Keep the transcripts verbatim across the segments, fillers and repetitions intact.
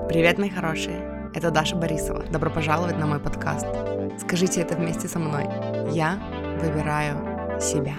Привет, мои хорошие! Это Даша Борисова. Добро пожаловать на мой подкаст. Скажите это вместе со мной. Я выбираю себя.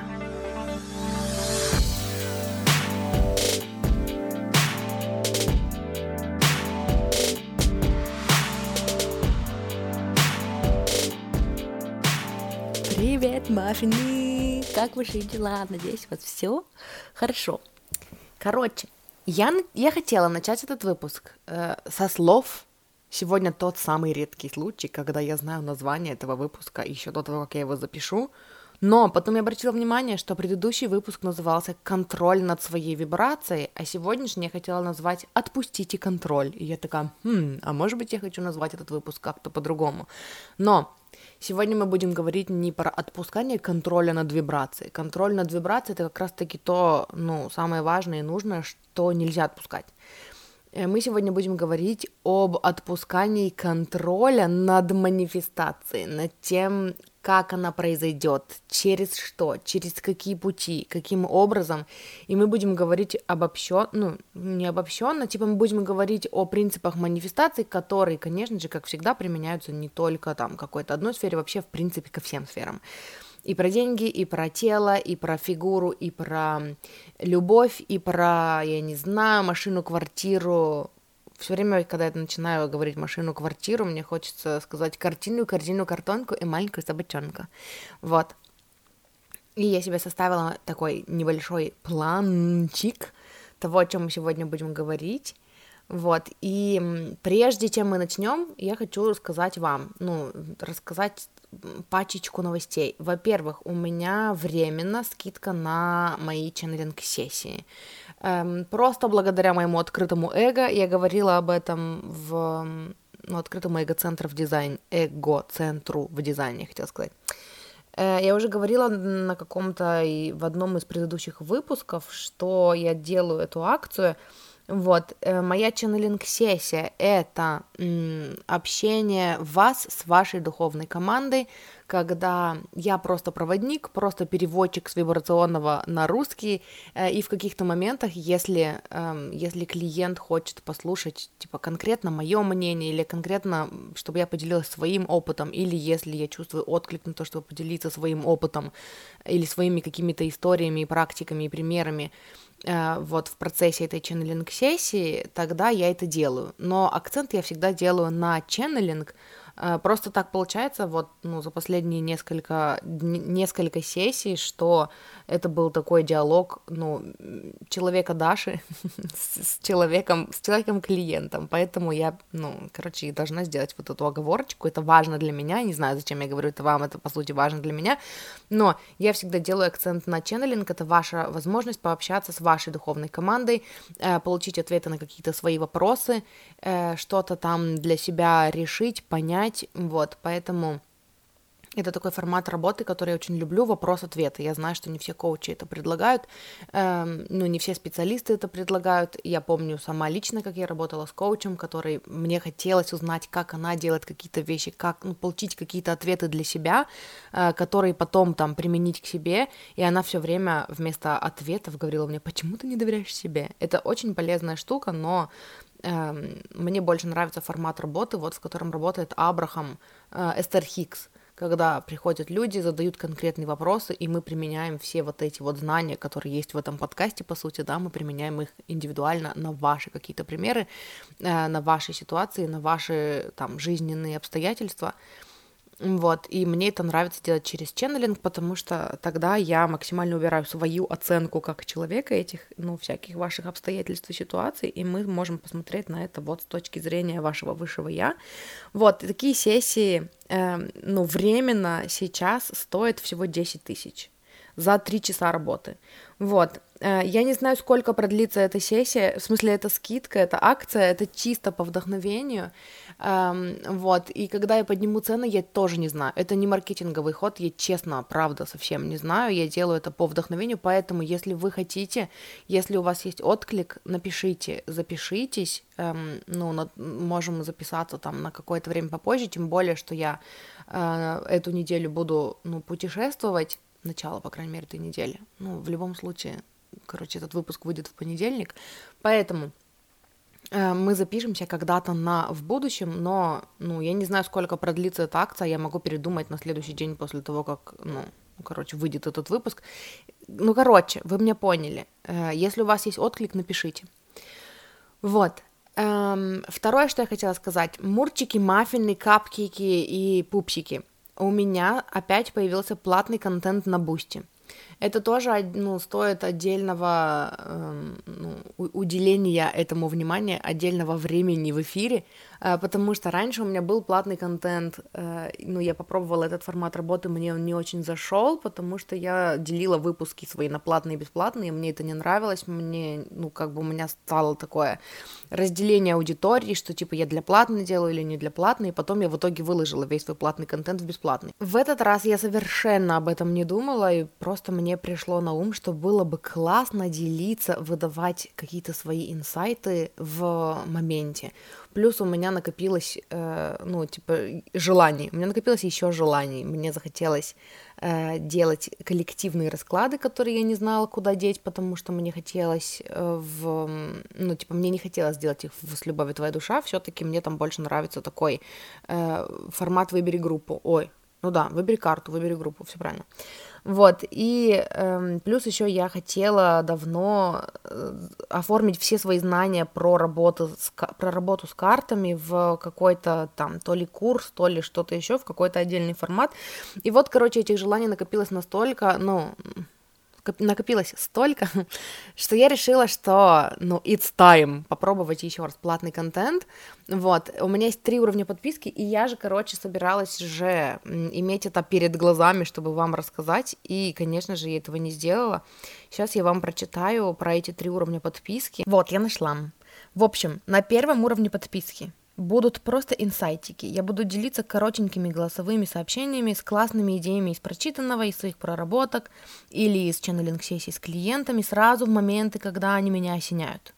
Привет, Машини! Как ваши дела? Надеюсь, у вас все хорошо. Короче, я, я хотела начать этот выпуск э, со слов. Сегодня тот самый редкий случай, когда я знаю название этого выпуска еще до того, как я его запишу. Но потом я обратила внимание, что предыдущий выпуск назывался «Контроль над своей вибрацией», а сегодняшний я хотела назвать «Отпустите контроль». И я такая, хм, а может быть я хочу назвать этот выпуск как-то по-другому. Но сегодня мы будем говорить не про отпускание контроля над вибрацией. Контроль над вибрацией — это как раз-таки то, ну, самое важное и нужное, что нельзя отпускать. Мы сегодня будем говорить об отпускании контроля над манифестацией, над тем, как она произойдет, через что, через какие пути, каким образом. И мы будем говорить обобщенно, ну, не обобщенно, типа мы будем говорить о принципах манифестации, которые, конечно же, как всегда, применяются не только там в какой-то одной сфере, вообще, в принципе, ко всем сферам. И про деньги, и про тело, и про фигуру, и про любовь, и про, я не знаю, машину, квартиру. Все время, когда я начинаю говорить машину, квартиру, мне хочется сказать картину, корзину, картонку и маленькую собачонку. Вот. И я себе составила такой небольшой планчик того, о чем мы сегодня будем говорить. Вот. И прежде чем мы начнем, я хочу рассказать вам, ну, рассказать пачечку новостей. Во-первых, у меня временно скидка на мои ченнелинг-сессии. Эм, просто благодаря моему открытому эго, я говорила об этом в ну, открытому эго-центру в дизайне, эго-центру в дизайне, я хотела сказать. Э, я уже говорила на каком-то и в одном из предыдущих выпусков, что я делаю эту акцию. Вот, э, моя ченнелинг-сессия — это м, общение вас с вашей духовной командой, когда я просто проводник, просто переводчик с вибрационного на русский, э, и в каких-то моментах, если, э, если клиент хочет послушать, типа, конкретно мое мнение, или конкретно, чтобы я поделилась своим опытом, или если я чувствую отклик на то, чтобы поделиться своим опытом, или своими какими-то историями, и практиками, и примерами, вот в процессе этой ченнелинг-сессии, тогда я это делаю. Но акцент я всегда делаю на ченнелинг. Просто так получается, вот, ну, за последние несколько, несколько сессий, что это был такой диалог, ну, человека Даши с человеком, с человеком-клиентом, поэтому я, ну, короче, должна сделать вот эту оговорочку, это важно для меня, не знаю, зачем я говорю это вам, это, по сути, важно для меня, но я всегда делаю акцент на ченнелинг, это ваша возможность пообщаться с вашей духовной командой, получить ответы на какие-то свои вопросы, что-то там для себя решить, понять. Вот, поэтому это такой формат работы, который я очень люблю, вопрос-ответ. Я знаю, что не все коучи это предлагают, эм, ну, не все специалисты это предлагают. Я помню сама лично, как я работала с коучем, который мне хотелось узнать, как она делает какие-то вещи, как, ну, получить какие-то ответы для себя, э, которые потом там применить к себе, и она все время вместо ответов говорила мне, почему ты не доверяешь себе? Это очень полезная штука, но мне больше нравится формат работы, вот в котором работает Абрахам, Эстер Хикс, когда приходят люди, задают конкретные вопросы, и мы применяем все вот эти вот знания, которые есть в этом подкасте, по сути, да, мы применяем их индивидуально на ваши какие-то примеры, на ваши ситуации, на ваши там жизненные обстоятельства. Вот, и мне это нравится делать через ченнелинг, потому что тогда я максимально убираю свою оценку как человека этих, ну, всяких ваших обстоятельств и ситуаций, и мы можем посмотреть на это вот с точки зрения вашего высшего я. Вот, и такие сессии, э, ну, временно сейчас стоят всего десять тысяч за три часа работы. Вот, я не знаю, сколько продлится эта сессия, в смысле, это скидка, это акция, это чисто по вдохновению, вот, и когда я подниму цены, я тоже не знаю, это не маркетинговый ход, я честно, правда, совсем не знаю, я делаю это по вдохновению, поэтому, если вы хотите, если у вас есть отклик, напишите, запишитесь, ну, можем записаться там на какое-то время попозже, тем более, что я эту неделю буду, ну, путешествовать, начало, по крайней мере, этой недели. Ну, в любом случае, короче, этот выпуск выйдет в понедельник. Поэтому э, мы запишемся когда-то на в будущем, но, ну, я не знаю, сколько продлится эта акция, я могу передумать на следующий день после того, как, ну, короче, выйдет этот выпуск. Ну, короче, вы меня поняли. Э, если у вас есть отклик, напишите. Вот. Эм, второе, что я хотела сказать. Мурчики, маффины, капкейки и пупсики. У меня опять появился платный контент на Бусти. Это тоже, ну, стоит отдельного э, ну, уделения этому внимания, отдельного времени в эфире, э, потому что раньше у меня был платный контент, э, ну, я попробовала этот формат работы, мне он не очень зашел, потому что я делила выпуски свои на платные и бесплатные, мне это не нравилось, мне, ну, как бы у меня стало такое разделение аудитории, что, типа, я для платной делаю или не для платной, и потом я в итоге выложила весь свой платный контент в бесплатный. В этот раз я совершенно об этом не думала, и просто мне пришло на ум, что было бы классно делиться, выдавать какие-то свои инсайты в моменте. Плюс у меня накопилось, э, ну, типа, желаний. У меня накопилось еще желаний. Мне захотелось э, делать коллективные расклады, которые я не знала, куда деть, потому что мне хотелось э, в... Ну, типа, мне не хотелось делать их в «С любовью твоя душа», все-таки мне там больше нравится такой э, формат «Выбери группу». Ой, ну да, выбери карту, выбери группу, все правильно. Вот, и э, плюс еще я хотела давно э, оформить все свои знания про работу, с, про работу с картами в какой-то там то ли курс, то ли что-то еще, в какой-то отдельный формат. И вот, короче, этих желаний накопилось настолько, ну... накопилось столько, что я решила, что, ну, it's time попробовать еще раз платный контент. Вот, у меня есть три уровня подписки, и я же, короче, собиралась же иметь это перед глазами, чтобы вам рассказать, и, конечно же, я этого не сделала. Сейчас я вам прочитаю про эти три уровня подписки. Вот, я нашла. В общем, на первом уровне подписки будут просто инсайтики. Я буду делиться коротенькими голосовыми сообщениями с классными идеями из прочитанного, из своих проработок или из ченнелинг-сессий с клиентами сразу в моменты, когда они меня осеняют.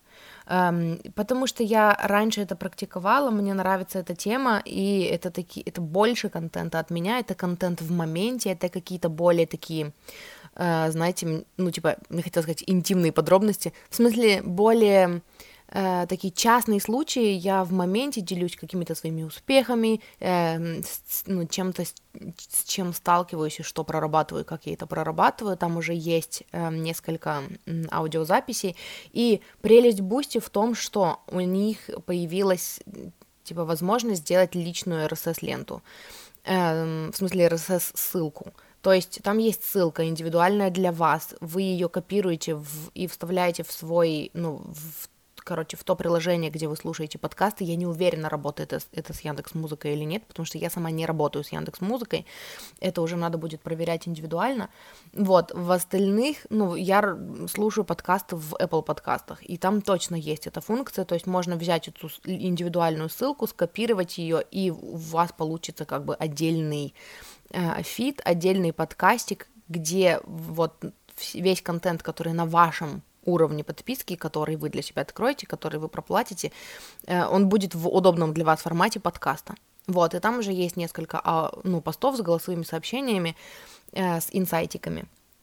Um, потому что я раньше это практиковала, мне нравится эта тема, и это, таки, это больше контента от меня, это контент в моменте, это какие-то более такие, uh, знаете, ну, типа, мне хотелось сказать, интимные подробности, в смысле, более... Э, такие частные случаи, я в моменте делюсь какими-то своими успехами, э, с, ну, чем-то, с, с чем сталкиваюсь и что прорабатываю, как я это прорабатываю, там уже есть э, несколько э, аудиозаписей, и прелесть Бусти в том, что у них появилась, типа, возможность сделать личную эр эс эс-ленту, э, в смысле эр эс эс-ссылку. То есть там есть ссылка индивидуальная для вас, вы ее копируете в, и вставляете в свой, ну, в короче, в то приложение, где вы слушаете подкасты. Я не уверена, работает это, это с Яндекс.Музыкой или нет, потому что я сама не работаю с Яндекс.Музыкой, это уже надо будет проверять индивидуально. Вот, в остальных, ну, я слушаю подкасты в Apple подкастах, и там точно есть эта функция, то есть можно взять эту индивидуальную ссылку, скопировать ее, и у вас получится как бы отдельный э, фид, отдельный подкастик, где вот весь контент, который на вашем уровне подписки, который вы для себя откроете, который вы проплатите, он будет в удобном для вас формате подкаста. Вот, и там уже есть несколько, ну, постов с голосовыми сообщениями, с инсайтиками.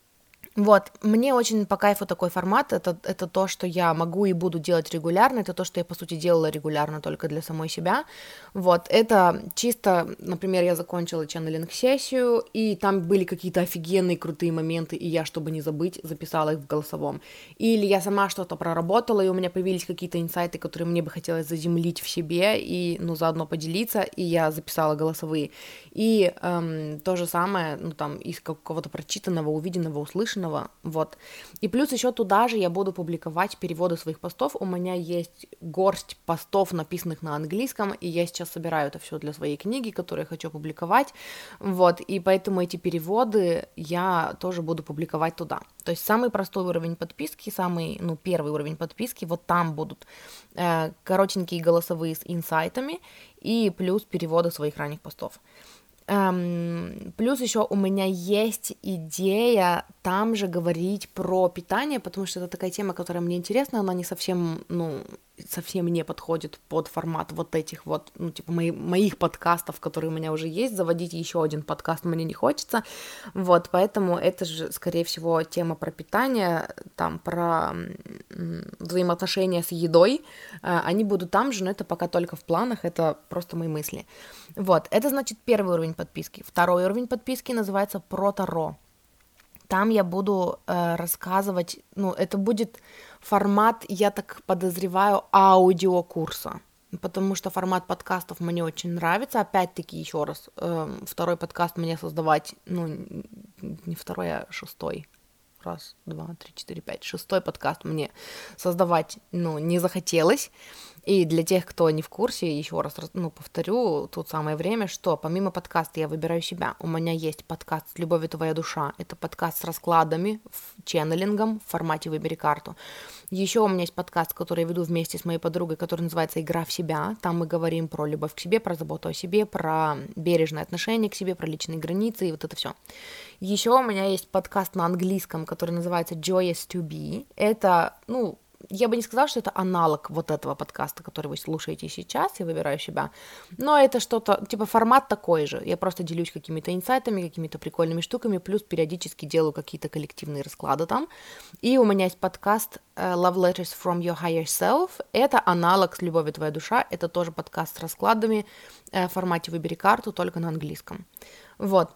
Вот, мне очень по кайфу такой формат, это, это то, что я могу и буду делать регулярно, это то, что я, по сути, делала регулярно только для самой себя, вот, это чисто, например, я закончила ченнелинг-сессию, и там были какие-то офигенные крутые моменты, и я, чтобы не забыть, записала их в голосовом, или я сама что-то проработала, и у меня появились какие-то инсайты, которые мне бы хотелось заземлить в себе, и, ну, заодно поделиться, и я записала голосовые, и эм, то же самое, ну, там, из какого-то прочитанного, увиденного, услышанного, вот. И плюс еще туда же я буду публиковать переводы своих постов. У меня есть горсть постов, написанных на английском, и я сейчас собираю это все для своей книги, которую я хочу публиковать. Вот. И поэтому эти переводы я тоже буду публиковать туда. То есть самый простой уровень подписки, самый, ну, первый уровень подписки, вот там будут э, коротенькие голосовые с инсайтами и плюс переводы своих ранних постов. Um, плюс еще у меня есть идея там же говорить про питание, потому что это такая тема, которая мне интересна, она не совсем, ну, совсем не подходит под формат вот этих вот, ну, типа, мои, моих подкастов, которые у меня уже есть, заводить еще один подкаст мне не хочется, вот, поэтому это же, скорее всего, тема про питание, там, про взаимоотношения с едой, они будут там же, но это пока только в планах, это просто мои мысли, вот, это значит первый уровень подписки. Второй уровень подписки называется «Про Таро». Там я буду э, рассказывать, ну, это будет формат, я так подозреваю, аудиокурса, потому что формат подкастов мне очень нравится. Опять-таки, еще раз, э, второй подкаст мне создавать, ну, не второй, а шестой. Раз, два, три, четыре, пять. Шестой подкаст мне создавать, ну, не захотелось. И для тех, кто не в курсе, еще раз, ну, повторю, тут самое время, что помимо подкаста «Я выбираю себя», у меня есть подкаст «С любовью твоя душа». Это подкаст с раскладами, ченнелингом в формате «Выбери карту». Еще у меня есть подкаст, который я веду вместе с моей подругой, который называется «Игра в себя». Там мы говорим про любовь к себе, про заботу о себе, про бережное отношение к себе, про личные границы и вот это все. Еще у меня есть подкаст на английском, который называется «Joyous to be». Это, ну, я бы не сказала, что это аналог вот этого подкаста, который вы слушаете сейчас, «Я выбираю себя», но это что-то, типа формат такой же, я просто делюсь какими-то инсайтами, какими-то прикольными штуками, плюс периодически делаю какие-то коллективные расклады там, и у меня есть подкаст Love Letters from Your Higher Self, это аналог с «Любовью твоя душа», это тоже подкаст с раскладами в формате «Выбери карту», только на английском, вот.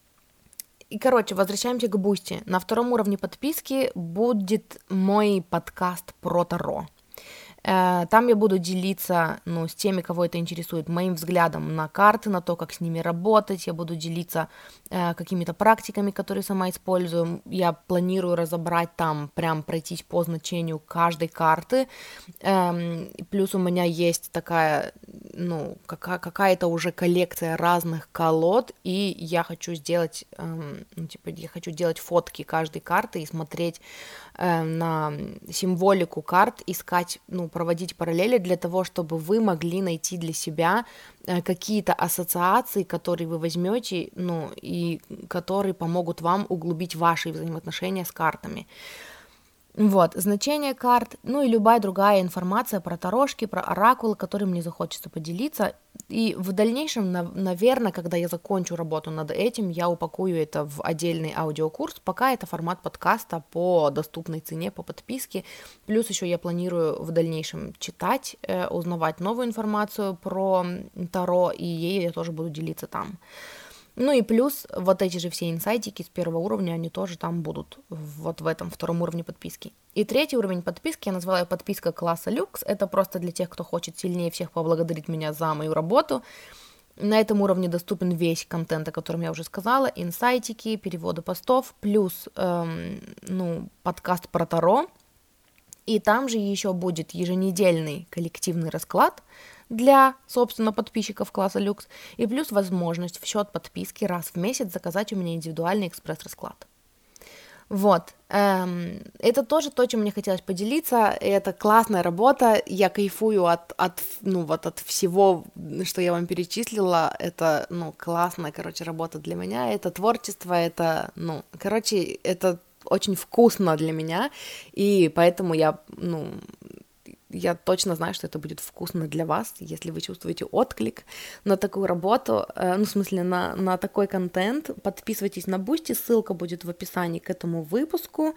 И, короче, возвращаемся к Бусти. На втором уровне подписки будет мой подкаст про Таро. Там я буду делиться, ну, с теми, кого это интересует, моим взглядом на карты, на то, как с ними работать. Я буду делиться э, какими-то практиками, которые сама использую. Я планирую разобрать там, прям пройтись по значению каждой карты. Эм, плюс у меня есть такая, ну, какая- какая-то уже коллекция разных колод, и я хочу сделать, эм, ну, типа, я хочу делать фотки каждой карты и смотреть э, на символику карт, искать, ну, проводить параллели для того, чтобы вы могли найти для себя э, какие-то ассоциации, которые вы возьмете, ну, и которые помогут вам углубить ваши взаимоотношения с картами. Вот, значение карт, ну и любая другая информация про тарошки, про оракулы, которой мне захочется поделиться. И в дальнейшем, наверное, когда я закончу работу над этим, я упакую это в отдельный аудиокурс, пока это формат подкаста по доступной цене, по подписке. Плюс еще я планирую в дальнейшем читать, э, узнавать новую информацию про Таро, и ей я тоже буду делиться там. Ну и плюс вот эти же все инсайтики с первого уровня, они тоже там будут, вот в этом втором уровне подписки. И третий уровень подписки, я называю подписка класса люкс, это просто для тех, кто хочет сильнее всех поблагодарить меня за мою работу. На этом уровне доступен весь контент, о котором я уже сказала, инсайтики, переводы постов, плюс, эм, ну, подкаст про Таро. И там же еще будет еженедельный коллективный расклад для, собственно, подписчиков класса люкс, и плюс возможность в счет подписки раз в месяц заказать у меня индивидуальный экспресс-расклад. Вот, эм, это тоже то, чем мне хотелось поделиться, это классная работа, я кайфую от, от, ну, вот от всего, что я вам перечислила, это, ну, классная, короче, работа для меня, это творчество, это, ну, короче, это очень вкусно для меня, и поэтому я, ну, я точно знаю, что это будет вкусно для вас, если вы чувствуете отклик на такую работу, ну, в смысле, на, на такой контент. Подписывайтесь на Boosty, ссылка будет в описании к этому выпуску.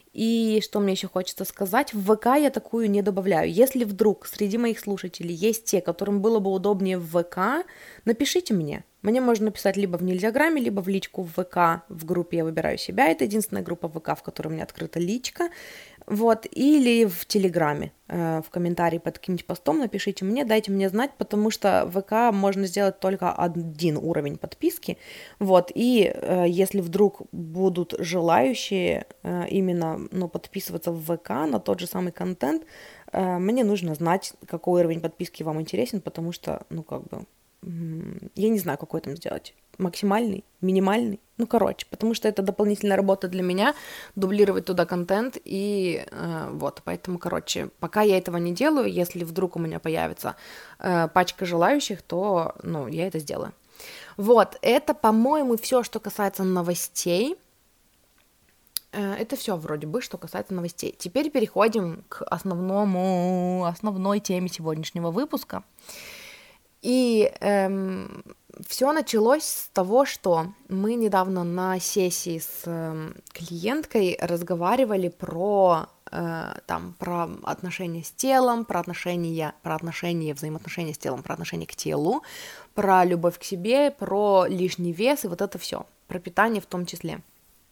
И что мне еще хочется сказать, в ВК я такую не добавляю. Если вдруг среди моих слушателей есть те, которым было бы удобнее в ВК, напишите мне. Мне можно написать либо в Нельзяграме, либо в личку в ВК, в группе «Я выбираю себя». Это единственная группа в ВК, в которой у меня открыта личка. Вот, или в Телеграме, э, в комментарии под каким-нибудь постом напишите мне, дайте мне знать, потому что в ВК можно сделать только один уровень подписки, вот, и э, если вдруг будут желающие э, именно, ну, подписываться в ВК на тот же самый контент, э, мне нужно знать, какой уровень подписки вам интересен, потому что, ну, как бы, я не знаю, какой там сделать, максимальный, минимальный, ну, короче, потому что это дополнительная работа для меня, дублировать туда контент, и э, вот, поэтому, короче, пока я этого не делаю, если вдруг у меня появится э, пачка желающих, то, ну, я это сделаю. Вот, это, по-моему, все, что касается новостей. это все вроде бы, что касается новостей. Теперь переходим к основному, основной теме сегодняшнего выпуска. И эм, все началось с того, что мы недавно на сессии с э, клиенткой разговаривали про, э, там, про отношения с телом, про отношения, про отношения, взаимоотношения с телом, про отношения к телу, про любовь к себе, про лишний вес и вот это все, про питание в том числе.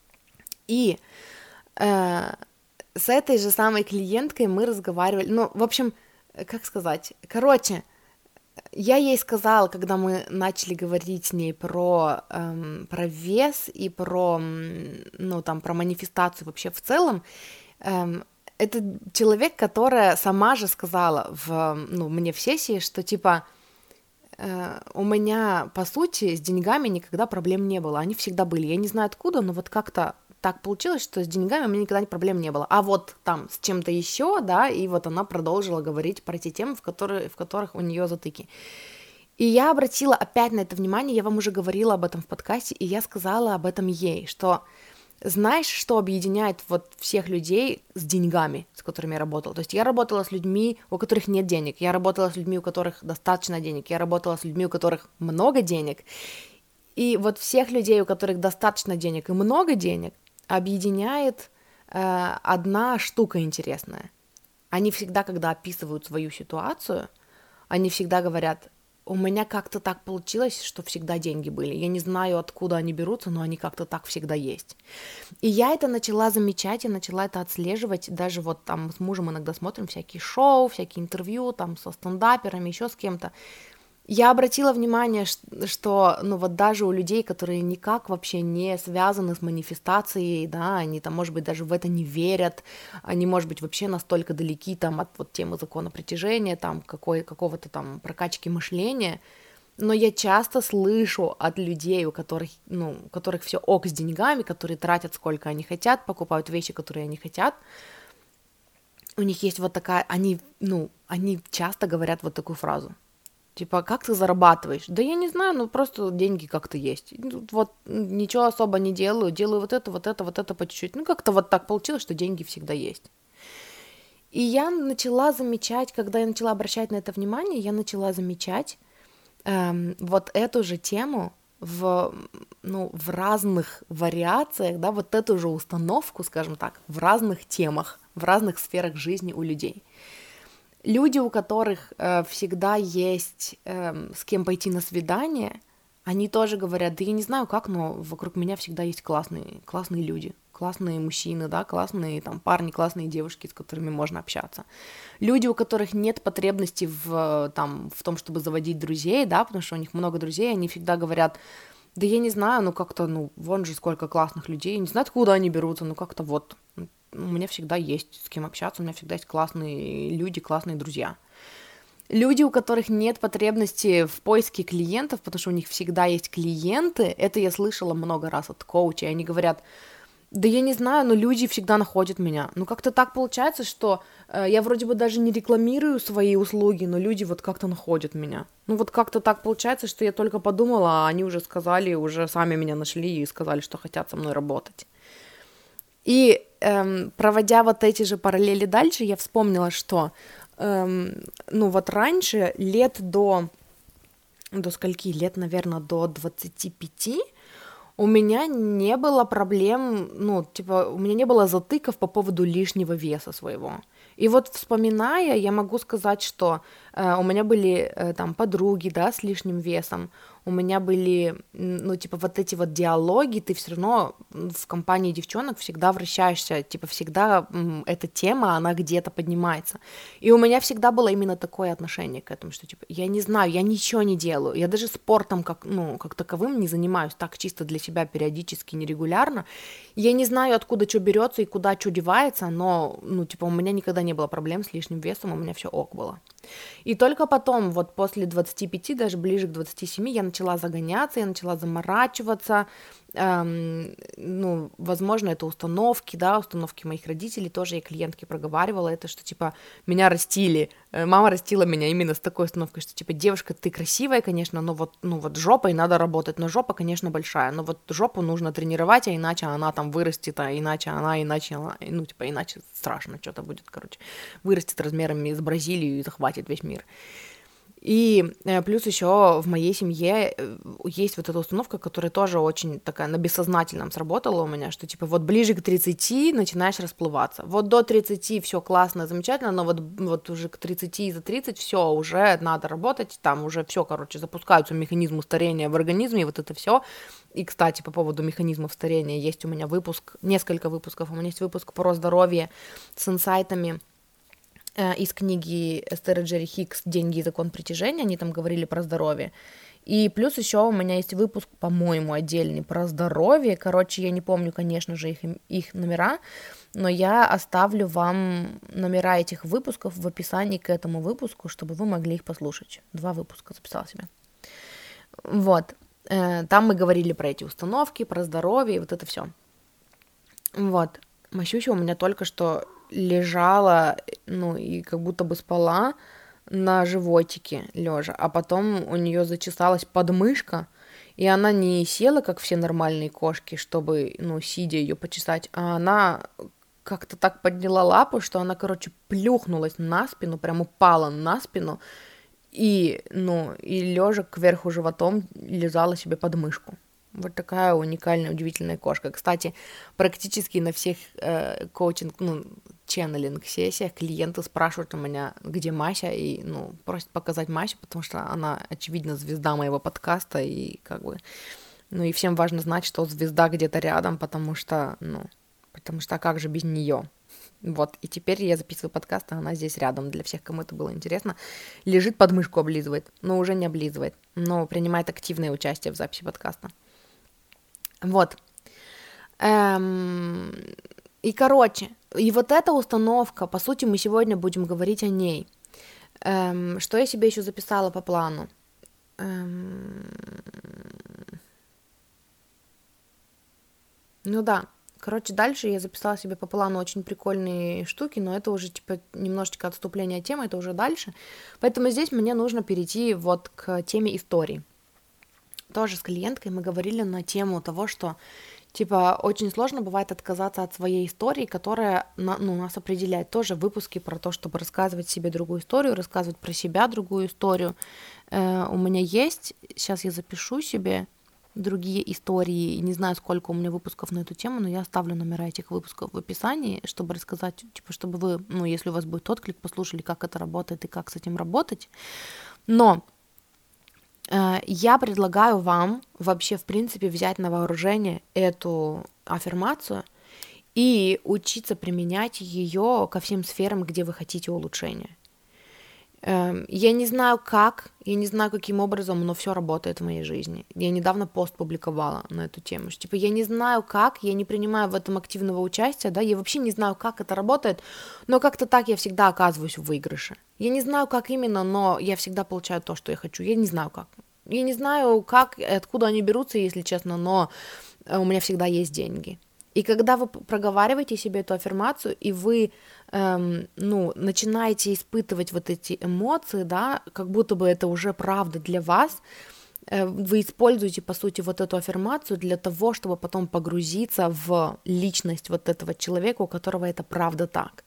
И э, с этой же самой клиенткой мы разговаривали, ну, в общем, как сказать, короче, я ей сказала, когда мы начали говорить с ней про, эм, про вес и про, ну, там, про манифестацию вообще в целом, эм, это человек, которая сама же сказала в, ну, мне в сессии, что, типа, э, у меня, по сути, с деньгами никогда проблем не было, они всегда были, я не знаю откуда, но вот как-то так получилось, что с деньгами у меня никогда проблем не было. А вот там с чем-то еще, да, и вот она продолжила говорить про те темы, в, которые, в которых у нее затыки. И я обратила опять на это внимание, я вам уже говорила об этом в подкасте, и я сказала об этом ей, что знаешь, что объединяет вот всех людей с деньгами, с которыми я работала? То есть я работала с людьми, у которых нет денег, я работала с людьми, у которых достаточно денег, я работала с людьми, у которых много денег. И вот всех людей, у которых достаточно денег и много денег, объединяет э, одна штука интересная. Они всегда, когда описывают свою ситуацию, они всегда говорят: у меня как-то так получилось, что всегда деньги были. Я не знаю, откуда они берутся, но они как-то так всегда есть. И я это начала замечать, я начала это отслеживать. Даже вот там с мужем иногда смотрим всякие шоу, всякие интервью там со стендаперами, еще с кем-то. Я обратила внимание, что, ну, вот даже у людей, которые никак вообще не связаны с манифестацией, да, они там, может быть, даже в это не верят, они, может быть, вообще настолько далеки там от вот темы закона притяжения, там, какой, какого-то там прокачки мышления, но я часто слышу от людей, у которых, ну, у которых все ок с деньгами, которые тратят сколько они хотят, покупают вещи, которые они хотят, у них есть вот такая, они, ну, они часто говорят вот такую фразу. Типа, как ты зарабатываешь? Да я не знаю, ну просто деньги как-то есть. Вот ничего особо не делаю, делаю вот это, вот это, вот это по чуть-чуть. Ну как-то вот так получилось, что деньги всегда есть. И я начала замечать, когда я начала обращать на это внимание, я начала замечать эм, вот эту же тему в, ну, в разных вариациях, да, вот эту же установку, скажем так, в разных темах, в разных сферах жизни у людей. Люди, у которых э, всегда есть э, с кем пойти на свидание, они тоже говорят: да я не знаю как, но вокруг меня всегда есть классные, классные люди, классные мужчины, да, классные там парни, классные девушки, с которыми можно общаться. Люди, у которых нет потребности в, там, в том, чтобы заводить друзей, да, потому что у них много друзей, они всегда говорят: да я не знаю, ну как-то, ну вон же сколько классных людей, не знаю, откуда они берутся, ну как-то вот... У меня всегда есть с кем общаться, у меня всегда есть классные люди, классные друзья. Люди, у которых нет потребности в поиске клиентов, потому что у них всегда есть клиенты, это я слышала много раз от коучей, они говорят: да я не знаю, но люди всегда находят меня. Ну как-то так получается, что э, я вроде бы даже не рекламирую свои услуги, но люди вот как-то находят меня. Ну вот как-то так получается, что я только подумала, а они уже сказали, уже сами меня нашли и сказали, что хотят со мной работать. И эм, проводя вот эти же параллели дальше, я вспомнила, что, эм, ну вот раньше, лет до, до скольки, лет, наверное, до двадцати пяти, у меня не было проблем, ну, типа, у меня не было затыков по поводу лишнего веса своего. И вот вспоминая, я могу сказать, что э, у меня были э, там подруги, да, с лишним весом, у меня были, ну, типа, вот эти вот диалоги, ты все равно в компании девчонок всегда вращаешься, типа, всегда м, эта тема, она где-то поднимается. И у меня всегда было именно такое отношение к этому, что, типа, я не знаю, я ничего не делаю, я даже спортом как, ну, как таковым не занимаюсь, так чисто для себя периодически, нерегулярно. Я не знаю, откуда что берется и куда что девается, но, ну, типа, у меня никогда не было проблем с лишним весом, у меня все ок было. И только потом, вот после двадцати пяти, даже ближе к двадцати семи, я начала загоняться, я начала заморачиваться, эм, ну, возможно, это установки, да, установки моих родителей, тоже я клиентке проговаривала это, что, типа, меня растили, э, мама растила меня именно с такой установкой, что, типа, девушка, ты красивая, конечно, но вот, ну, вот жопой надо работать, но жопа, конечно, большая, но вот жопу нужно тренировать, а иначе она там вырастет, а иначе она, иначе она, ну, типа, иначе страшно что-то будет, короче, вырастет размерами с Бразилию и захватит весь мир. И э, плюс еще в моей семье э, есть вот эта установка, которая тоже очень такая на бессознательном сработала у меня, что типа вот ближе к тридцати начинаешь расплываться. Вот до тридцати все классно, замечательно, но вот, вот уже к тридцати и за тридцать все, уже надо работать, там уже все, короче, запускаются механизмы старения в организме, и вот это все. И, кстати, по поводу механизмов старения, есть у меня выпуск, несколько выпусков, у меня есть выпуск про здоровье с инсайтами из книги Эстер и Джерри Хикс «Деньги и закон притяжения», они там говорили про здоровье. И плюс еще у меня есть выпуск, по-моему, отдельный про здоровье. Короче, я не помню, конечно же, их, их номера, но я оставлю вам номера этих выпусков в описании к этому выпуску, чтобы вы могли их послушать. Два выпуска записала себе. Вот. Там мы говорили про эти установки, про здоровье и вот это все. Вот. Масюся у меня только что лежала, ну, и как будто бы спала на животике лежа, а потом у нее зачесалась подмышка, и она не села, как все нормальные кошки, чтобы, ну, сидя ее почесать, а она как-то так подняла лапу, что она, короче, плюхнулась на спину, прям упала на спину, и, ну, и лежа кверху животом лизала себе подмышку. Вот такая уникальная, удивительная кошка. Кстати, практически на всех э, коучинг, ну, ченнелинг-сессиях клиенты спрашивают у меня, где Мася, и, ну, просят показать Масю, потому что она, очевидно, звезда моего подкаста, и, как бы, ну, и всем важно знать, что звезда где-то рядом, потому что, ну, потому что, а как же без нее? Вот, и теперь я записываю подкаст, а она здесь рядом, для всех, кому это было интересно. Лежит, подмышку облизывает, но уже не облизывает, но принимает активное участие в записи подкаста. Вот. Эм... И, короче, и вот эта установка, по сути, мы сегодня будем говорить о ней. Эм... Что я себе еще записала по плану? Эм... Ну да. Короче, дальше я записала себе по плану очень прикольные штуки, но это уже, типа, немножечко отступление от темы, это уже дальше. Поэтому здесь мне нужно перейти вот к теме истории. Тоже с клиенткой мы говорили на тему того, что, типа, очень сложно бывает отказаться от своей истории, которая, ну, нас определяет. Тоже выпуски про то, чтобы рассказывать себе другую историю, рассказывать про себя другую историю. Э, у меня есть, сейчас я запишу себе другие истории, не знаю, сколько у меня выпусков на эту тему, но я оставлю номера этих выпусков в описании, чтобы рассказать, типа, чтобы вы, ну, если у вас будет отклик, послушали, как это работает и как с этим работать. Но я предлагаю вам вообще, в принципе, взять на вооружение эту аффирмацию и учиться применять ее ко всем сферам, где вы хотите улучшения. Я не знаю как, я не знаю каким образом, но все работает в моей жизни. Я недавно пост публиковала на эту тему, что, типа, я не знаю как, я не принимаю в этом активного участия, да, я вообще не знаю, как это работает, но как-то так я всегда оказываюсь в выигрыше. Я не знаю, как именно, но я всегда получаю то, что я хочу. Я не знаю как. Я не знаю, как и откуда они берутся, если честно, но у меня всегда есть деньги. И когда вы проговариваете себе эту аффирмацию, и вы, эм, ну, начинаете испытывать вот эти эмоции, да, как будто бы это уже правда для вас, э, вы используете, по сути, вот эту аффирмацию для того, чтобы потом погрузиться в личность вот этого человека, у которого это правда так.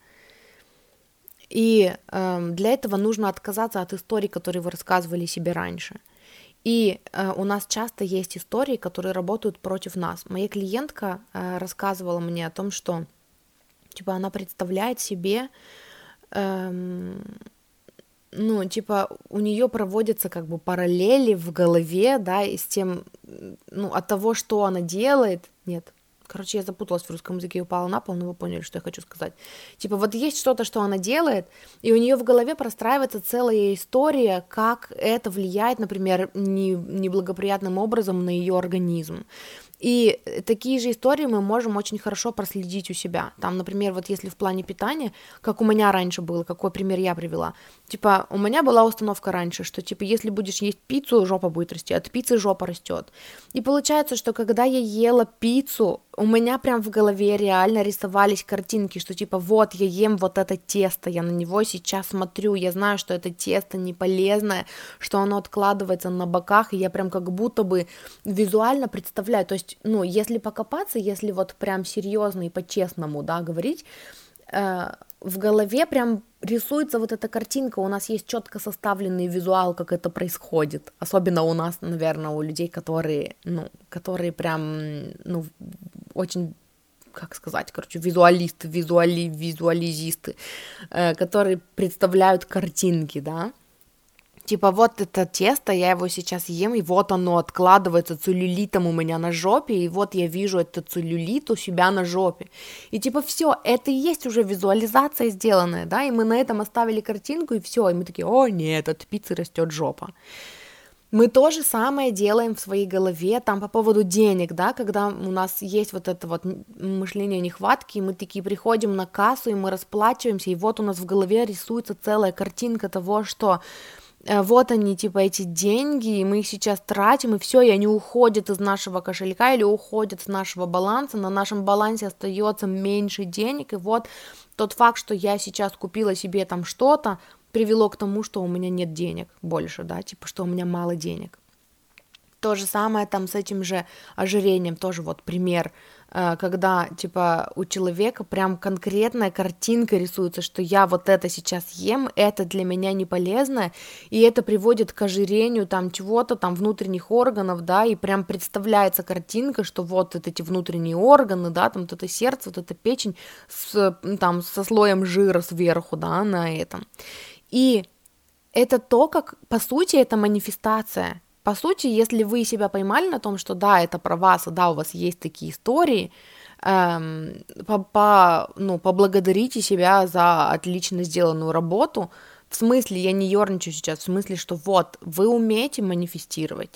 И э, для этого нужно отказаться от историй, которые вы рассказывали себе раньше. И э, у нас часто есть истории, которые работают против нас. Моя клиентка э, рассказывала мне о том, что, типа, она представляет себе, эм, ну, типа, у нее проводятся как бы параллели в голове, да, и с тем, ну, от того, что она делает, нет. Короче, я запуталась в русском языке и упала на пол, но вы поняли, что я хочу сказать. Типа, вот есть что-то, что она делает, и у нее в голове простраивается целая история, как это влияет, например, не, неблагоприятным образом на ее организм. И такие же истории мы можем очень хорошо проследить у себя. Там, например, вот если в плане питания, как у меня раньше было, какой пример я привела. Типа, у меня была установка раньше, что, типа, если будешь есть пиццу, жопа будет расти, от пиццы жопа растет. И получается, что когда я ела пиццу, у меня прям в голове реально рисовались картинки, что, типа, вот, я ем вот это тесто, я на него сейчас смотрю, я знаю, что это тесто не полезное, что оно откладывается на боках, и я прям как будто бы визуально представляю, то есть, ну, если покопаться, если вот прям серьезно и по-честному, да, говорить, э, в голове прям рисуется вот эта картинка, у нас есть четко составленный визуал, как это происходит, особенно у нас, наверное, у людей, которые, ну, которые прям, ну, очень, как сказать, короче, визуалисты, визуали, визуализисты, э, которые представляют картинки, да. Типа, вот это тесто, я его сейчас ем, и вот оно откладывается целлюлитом у меня на жопе, и вот я вижу этот целлюлит у себя на жопе. И типа, все, это и есть уже визуализация сделанная, да, и мы на этом оставили картинку, и все, и мы такие, о, нет, от пиццы растет жопа. Мы то же самое делаем в своей голове, там, по поводу денег, да, когда у нас есть вот это вот мышление нехватки, и мы такие приходим на кассу, и мы расплачиваемся, и вот у нас в голове рисуется целая картинка того, что вот они, типа, эти деньги, и мы их сейчас тратим, и все, и они уходят из нашего кошелька или уходят с нашего баланса, на нашем балансе остается меньше денег, и вот тот факт, что я сейчас купила себе там что-то, привело к тому, что у меня нет денег больше, да, типа, что у меня мало денег. То же самое там с этим же ожирением, тоже вот пример, когда, типа, у человека прям конкретная картинка рисуется, что я вот это сейчас ем, это для меня не полезно, и это приводит к ожирению там чего-то, там внутренних органов, да, и прям представляется картинка, что вот эти внутренние органы, да, там вот это сердце, вот эта печень с, там, со слоем жира сверху, да, на этом. И это то, как, по сути, это манифестация. По сути, если вы себя поймали на том, что да, это про вас, и да, у вас есть такие истории, эм, по, по, ну, поблагодарите себя за отлично сделанную работу. В смысле, я не ерничаю сейчас, в смысле, что вот, вы умеете манифестировать.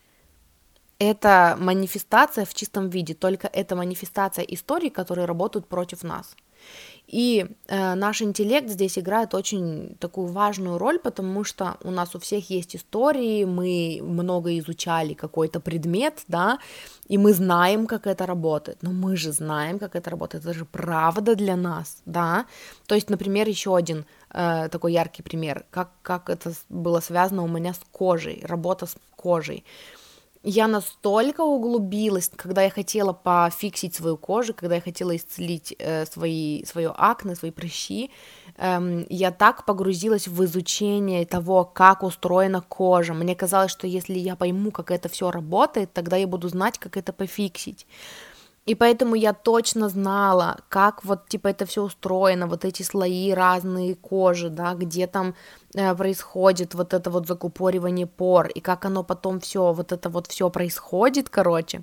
Это манифестация в чистом виде, только это манифестация историй, которые работают против нас. И э, наш интеллект здесь играет очень такую важную роль, потому что у нас у всех есть истории, мы много изучали какой-то предмет, да, и мы знаем, как это работает, но мы же знаем, как это работает, это же правда для нас, да, то есть, например, еще один э, такой яркий пример, как, как это было связано у меня с кожей, работа с кожей. Я настолько углубилась, когда я хотела пофиксить свою кожу, когда я хотела исцелить э, свои, свое акне, свои прыщи, эм, я так погрузилась в изучение того, как устроена кожа. Мне казалось, что если я пойму, как это все работает, тогда я буду знать, как это пофиксить. И поэтому я точно знала, как вот, типа, это все устроено, вот эти слои разные кожи, да, где там э, происходит вот это вот закупоривание пор, и как оно потом все, вот это вот все происходит, короче.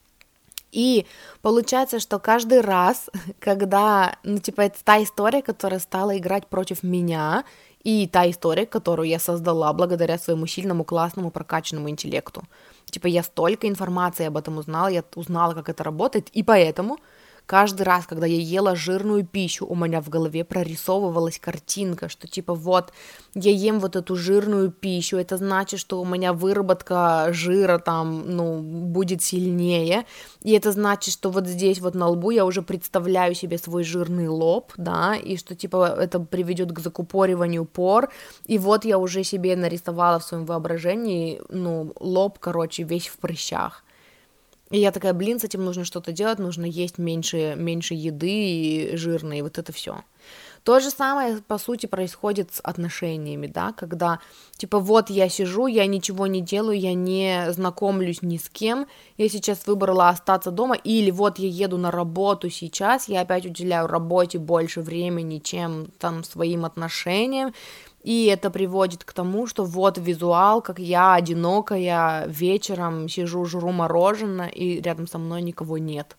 И получается, что каждый раз, когда, ну, типа, это та история, которая стала играть против меня, и та история, которую я создала благодаря своему сильному, классному, прокачанному интеллекту. Типа, я столько информации об этом узнала, я узнала, как это работает, и поэтому каждый раз, когда я ела жирную пищу, у меня в голове прорисовывалась картинка, что типа вот я ем вот эту жирную пищу, это значит, что у меня выработка жира там, ну, будет сильнее, и это значит, что вот здесь вот на лбу я уже представляю себе свой жирный лоб, да, и что типа это приведет к закупориванию пор, и вот я уже себе нарисовала в своем воображении, ну, лоб, короче, весь в прыщах. И я такая, блин, с этим нужно что-то делать, нужно есть меньше, меньше еды и жирной, и вот это все. То же самое, по сути, происходит с отношениями, да, когда, типа, вот я сижу, я ничего не делаю, я не знакомлюсь ни с кем, я сейчас выбрала остаться дома, или вот я еду на работу сейчас, я опять уделяю работе больше времени, чем там своим отношениям, и это приводит к тому, что вот визуал, как я одинокая, вечером сижу, жру мороженое, и рядом со мной никого нет.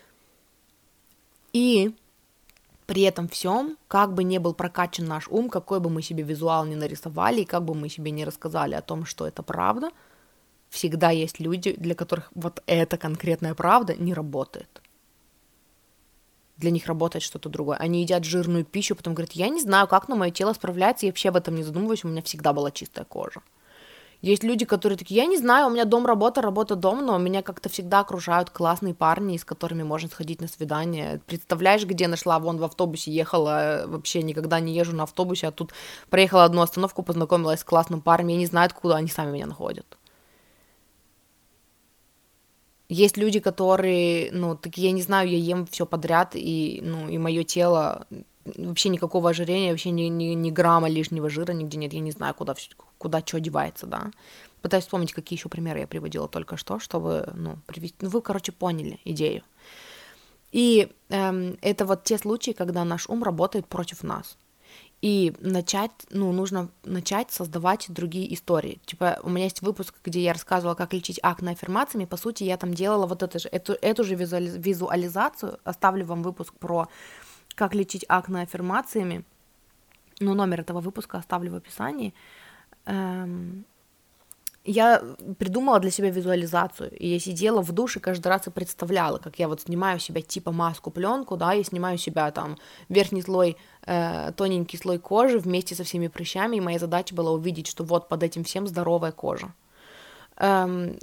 И при этом всем, как бы ни был прокачан наш ум, какой бы мы себе визуал ни нарисовали, и как бы мы себе не рассказали о том, что это правда, всегда есть люди, для которых вот эта конкретная правда не работает. Для них работает что-то другое. Они едят жирную пищу, потом говорят, я не знаю, как, но мое тело справляется, я вообще об этом не задумываюсь, у меня всегда была чистая кожа. Есть люди, которые такие, я не знаю, у меня дом, работа, работа, дом, но меня как-то всегда окружают классные парни, с которыми можно сходить на свидание. Представляешь, где нашла? Вон в автобусе ехала, вообще никогда не езжу на автобусе, а тут проехала одну остановку, познакомилась с классным парнем, я не знаю, откуда они сами меня находят. Есть люди, которые, ну, такие, я не знаю, я ем все подряд, и, ну, и мое тело, вообще никакого ожирения, вообще ни, ни, ни грамма лишнего жира нигде нет, я не знаю, куда, куда что девается, да. Пытаюсь вспомнить, какие еще примеры я приводила только что, чтобы, ну, привести, ну, вы, короче, поняли идею. И эм, это вот те случаи, когда наш ум работает против нас. И начать, ну, нужно начать создавать другие истории. Типа, у меня есть выпуск, где я рассказывала, как лечить акне аффирмациями. По сути, я там делала вот это же, эту, эту же визуализацию. Оставлю вам выпуск про как лечить акне аффирмациями. Ну, номер этого выпуска оставлю в описании. Эм... Я придумала для себя визуализацию, и я сидела в душе каждый раз и представляла, как я вот снимаю себя типа маску, пленку, да, я снимаю себя там верхний слой, э, тоненький слой кожи вместе со всеми прыщами, и моя задача была увидеть, что вот под этим всем здоровая кожа. Эм,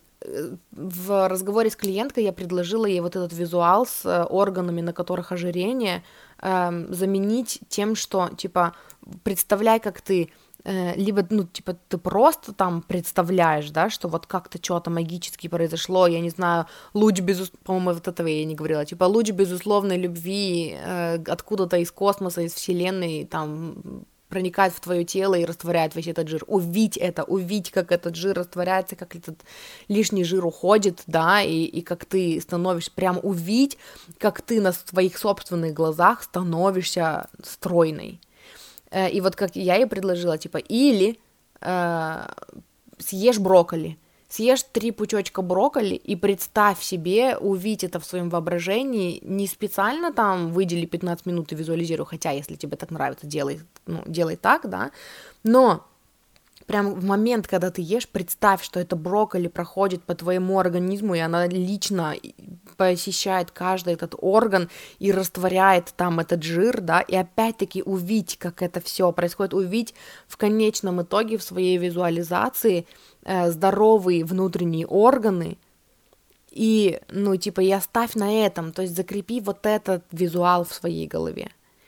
в разговоре с клиенткой я предложила ей вот этот визуал с органами, на которых ожирение, эм, заменить тем, что, типа, представляй, как ты либо, ну, типа, ты просто там представляешь, да, что вот как-то что-то магически произошло, я не знаю, луч безус... по-моему, вот этого я не говорила, типа, луч безусловной любви э, откуда-то из космоса, из вселенной, там, проникает в твое тело и растворяет весь этот жир. Увидь это, увидь, как этот жир растворяется, как этот лишний жир уходит, да, и, и как ты становишься, прям увидь, как ты на своих собственных глазах становишься стройной. И вот как я ей предложила, типа, или э, съешь брокколи, съешь три пучочка брокколи и представь себе, увидь это в своем воображении, не специально там выдели пятнадцать минут и визуализируй, хотя, если тебе так нравится, делай, ну, делай так, да, но прям в момент, когда ты ешь, представь, что это брокколи проходит по твоему организму, и она лично посещает каждый этот орган и растворяет там этот жир, да, и опять-таки увидеть, как это все происходит, увидеть в конечном итоге в своей визуализации э, здоровые внутренние органы, и, ну, типа, и оставь на этом, то есть закрепи вот этот визуал в своей голове.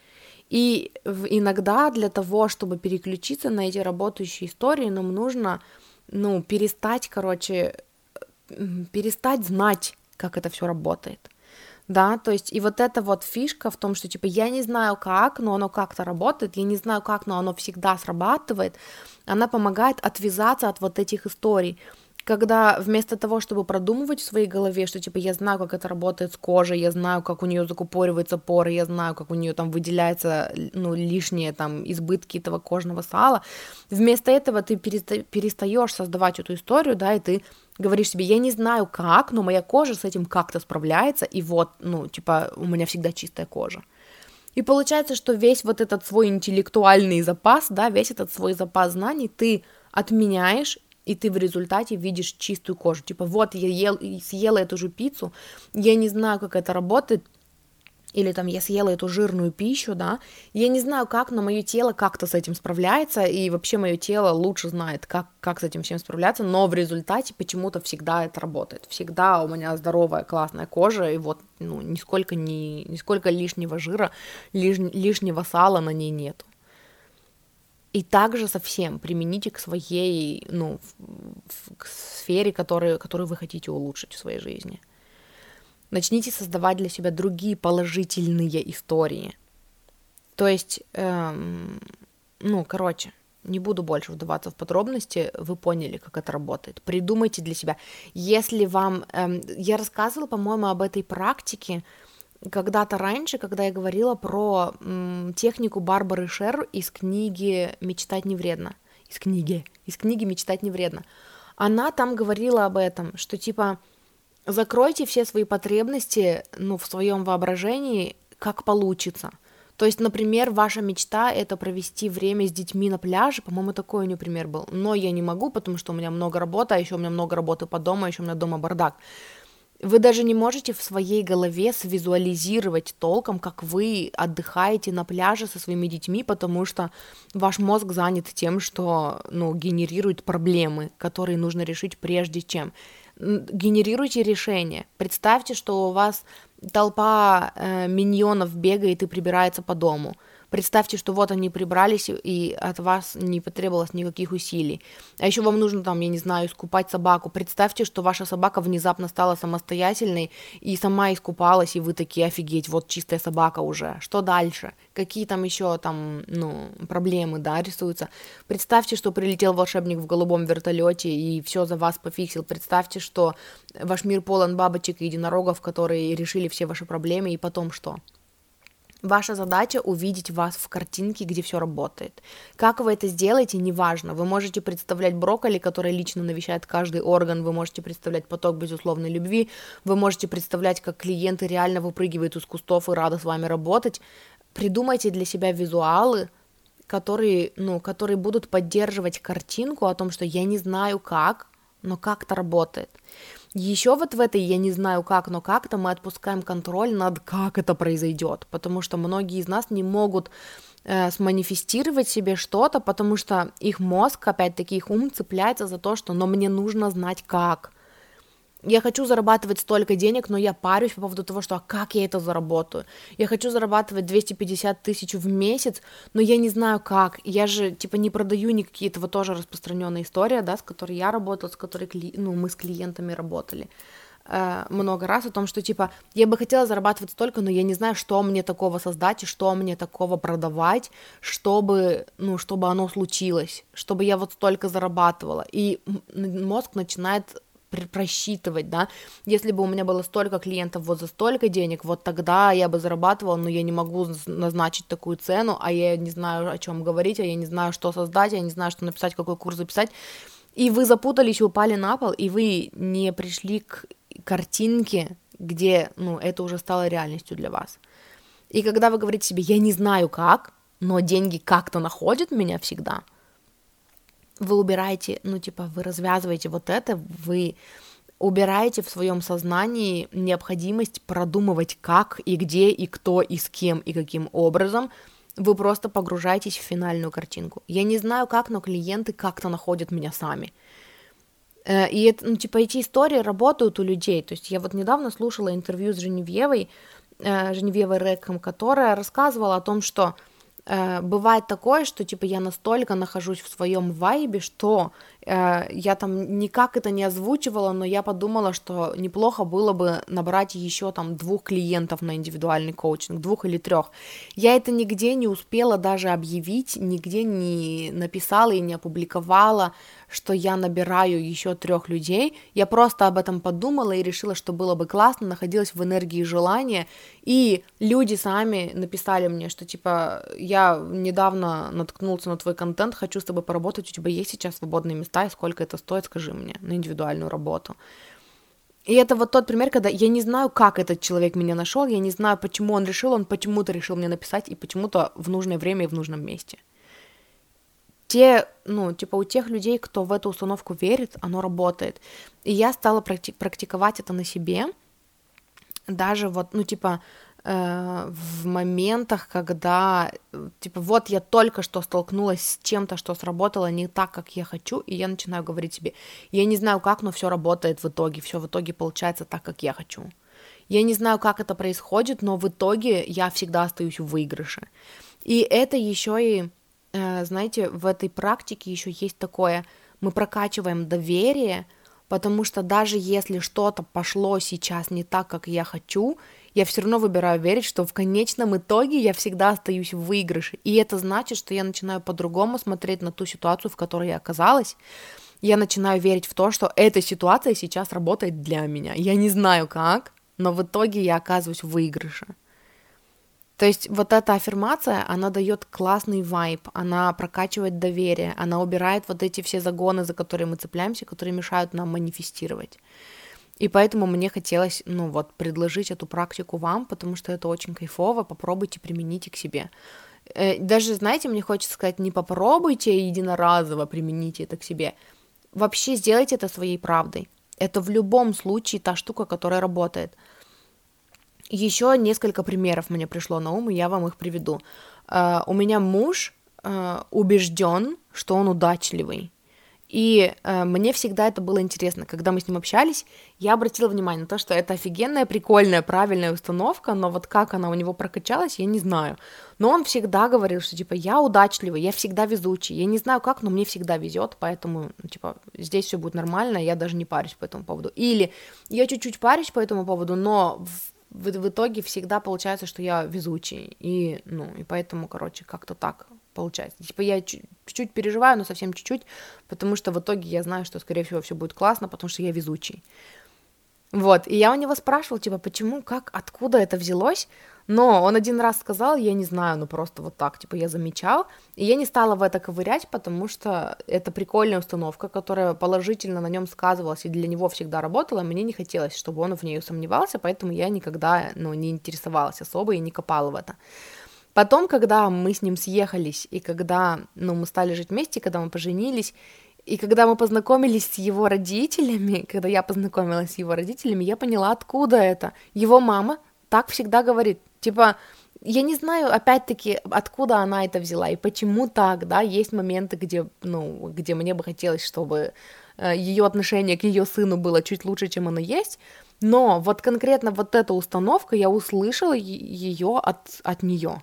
И иногда для того, чтобы переключиться на эти работающие истории, нам нужно, ну, перестать, короче, перестать знать, как это все работает, да, то есть и вот эта вот фишка в том, что, типа, я не знаю как, но оно как-то работает, я не знаю как, но оно всегда срабатывает, она помогает отвязаться от вот этих историй, когда вместо того, чтобы продумывать в своей голове, что, типа, я знаю, как это работает с кожей, я знаю, как у нее закупориваются поры, я знаю, как у нее там выделяются, ну, лишние там избытки этого кожного сала, вместо этого ты переста- перестаешь создавать эту историю, да, и ты говоришь себе, я не знаю как, но моя кожа с этим как-то справляется, и вот, ну, типа, у меня всегда чистая кожа. И получается, что весь вот этот свой интеллектуальный запас, да, весь этот свой запас знаний ты отменяешь, и ты в результате видишь чистую кожу. Типа, вот, я ел, съела эту же пиццу, я не знаю, как это работает, или там я съела эту жирную пищу, да, я не знаю как, но мое тело как-то с этим справляется, и вообще мое тело лучше знает, как, как с этим всем справляться, но в результате почему-то всегда это работает. Всегда у меня здоровая, классная кожа, и вот, ну, нисколько, ни, нисколько лишнего жира, лиш, лишнего сала на ней нету. И также совсем примените к своей, ну, к сфере, которую, которую вы хотите улучшить в своей жизни. Начните создавать для себя другие положительные истории. То есть, эм, ну, короче, не буду больше вдаваться в подробности, вы поняли, как это работает. Придумайте для себя. Если вам... Эм, я рассказывала, по-моему, об этой практике когда-то раньше, когда я говорила про м, технику Барбары Шер из книги «Мечтать не вредно». Из книги, из книги «Мечтать не вредно». Она там говорила об этом, что типа закройте все свои потребности, ну, в своем воображении, как получится. То есть, например, ваша мечта — это провести время с детьми на пляже, по-моему, такой у нее пример был, но я не могу, потому что у меня много работы, а еще у меня много работы по дому, а еще у меня дома бардак. Вы даже не можете в своей голове свизуализировать толком, как вы отдыхаете на пляже со своими детьми, потому что ваш мозг занят тем, что, ну, генерирует проблемы, которые нужно решить прежде чем. Генерируйте решения. Представьте, что у вас толпа э, миньонов бегает и прибирается по дому. Представьте, что вот они прибрались, и от вас не потребовалось никаких усилий. А еще вам нужно, там, я не знаю, искупать собаку. Представьте, что ваша собака внезапно стала самостоятельной и сама искупалась, и вы такие: офигеть, вот чистая собака уже. Что дальше? Какие там еще там, ну, проблемы, да, рисуются? Представьте, что прилетел волшебник в голубом вертолете и все за вас пофиксил. Представьте, что ваш мир полон бабочек и единорогов, которые решили все ваши проблемы, и потом что? Ваша задача — увидеть вас в картинке, где все работает. Как вы это сделаете, неважно. Вы можете представлять брокколи, который лично навещает каждый орган, вы можете представлять поток безусловной любви, вы можете представлять, как клиенты реально выпрыгивают из кустов и рады с вами работать. Придумайте для себя визуалы, которые, ну, которые будут поддерживать картинку о том, что я не знаю как, но как-то работает. Еще вот в этой «я не знаю как, но как-то» мы отпускаем контроль над как это произойдет, потому что многие из нас не могут э, сманифестировать себе что-то, потому что их мозг, опять-таки их ум цепляется за то, что «но мне нужно знать как». Я хочу зарабатывать столько денег, но я парюсь по поводу того, что а как я это заработаю? Я хочу зарабатывать двести пятьдесят тысяч в месяц, но я не знаю как. Я же, типа, не продаю никакие, это вот тоже распространенная история, да, с которой я работала, с которой, ну, мы с клиентами работали э, много раз, о том, что, типа, я бы хотела зарабатывать столько, но я не знаю, что мне такого создать и что мне такого продавать, чтобы, ну, чтобы оно случилось, чтобы я вот столько зарабатывала. И мозг начинает просчитывать, да, если бы у меня было столько клиентов вот за столько денег, вот тогда я бы зарабатывала, но я не могу назначить такую цену, а я не знаю, о чем говорить, а я не знаю, что создать, я не знаю, что написать, какой курс записать, и вы запутались и упали на пол, и вы не пришли к картинке, где, ну, это уже стало реальностью для вас. И когда вы говорите себе: я не знаю как, но деньги как-то находят меня всегда, вы убираете, ну, типа, вы развязываете вот это, вы убираете в своем сознании необходимость продумывать, как и где, и кто, и с кем, и каким образом. Вы просто погружаетесь в финальную картинку. Я не знаю как, но клиенты как-то находят меня сами. И это, ну, типа, эти истории работают у людей. То есть я вот недавно слушала интервью с Женевьевой, Женевьевой Рэком, которая рассказывала о том, что Uh, бывает такое, что, типа, я настолько нахожусь в своем вайбе, что uh, я там никак это не озвучивала, но я подумала, что неплохо было бы набрать еще там двух клиентов на индивидуальный коучинг, двух или трех. Я это нигде не успела даже объявить, нигде не написала и не опубликовала, что я набираю еще трех людей. Я просто об этом подумала и решила, что было бы классно, находилась в энергии желания, и люди сами написали мне, что, типа, я недавно наткнулся на твой контент, хочу с тобой поработать, у тебя есть сейчас свободные места, и сколько это стоит, скажи мне, на индивидуальную работу. И это вот тот пример, когда я не знаю, как этот человек меня нашел, я не знаю, почему он решил, он почему-то решил мне написать, и почему-то в нужное время и в нужном месте. Те, ну, типа, у тех людей, кто в эту установку верит, оно работает. И я стала практи- практиковать это на себе, даже вот, ну, типа, э, в моментах, когда, типа, вот я только что столкнулась с чем-то, что сработало не так, как я хочу, и я начинаю говорить себе: я не знаю как, но все работает в итоге, все в итоге получается так, как я хочу. Я не знаю, как это происходит, но в итоге я всегда остаюсь в выигрыше. И это еще и, знаете, в этой практике еще есть такое: мы прокачиваем доверие, потому что даже если что-то пошло сейчас не так, как я хочу, я все равно выбираю верить, что в конечном итоге я всегда остаюсь в выигрыше. И это значит, что я начинаю по-другому смотреть на ту ситуацию, в которой я оказалась. Я начинаю верить в то, что эта ситуация сейчас работает для меня. Я не знаю как, но в итоге я оказываюсь в выигрыше. То есть вот эта аффирмация, она дает классный вайб, она прокачивает доверие, она убирает вот эти все загоны, за которые мы цепляемся, которые мешают нам манифестировать. И поэтому мне хотелось, ну вот, предложить эту практику вам, потому что это очень кайфово, попробуйте, примените к себе. Даже, знаете, мне хочется сказать, не попробуйте единоразово примените это к себе, вообще сделайте это своей правдой. Это в любом случае та штука, которая работает. Еще несколько примеров мне пришло на ум, и я вам их приведу. Uh, у меня муж uh, убежден, что он удачливый. И uh, мне всегда это было интересно. Когда мы с ним общались, я обратила внимание на то, что это офигенная, прикольная, правильная установка, но вот как она у него прокачалась, я не знаю. Но он всегда говорил, что, типа, я удачливый, я всегда везучий. Я не знаю как, но мне всегда везет, поэтому, типа, здесь все будет нормально, я даже не парюсь по этому поводу. Или я чуть-чуть парюсь по этому поводу, но в, в, в итоге всегда получается, что я везучий. И, ну, и поэтому, короче, как-то так получается. Типа, я чуть-чуть переживаю, но совсем чуть-чуть, потому что в итоге я знаю, что, скорее всего, все будет классно, потому что я везучий. Вот, и я у него спрашивала, типа, почему, как, откуда это взялось, но он один раз сказал, я не знаю, ну просто вот так, типа, я замечал, и я не стала в это ковырять, потому что это прикольная установка, которая положительно на нем сказывалась и для него всегда работала, мне не хотелось, чтобы он в ней сомневался, поэтому я никогда, ну, не интересовалась особо и не копала в это. Потом, когда мы с ним съехались, и когда, ну, мы стали жить вместе, когда мы поженились, и когда мы познакомились с его родителями, когда я познакомилась с его родителями, я поняла, откуда это. Его мама так всегда говорит, типа, я не знаю, опять-таки, откуда она это взяла и почему так, да, есть моменты, где, ну, где мне бы хотелось, чтобы ее отношение к ее сыну было чуть лучше, чем оно есть, но вот конкретно вот эта установка, я услышала ее от, от нее.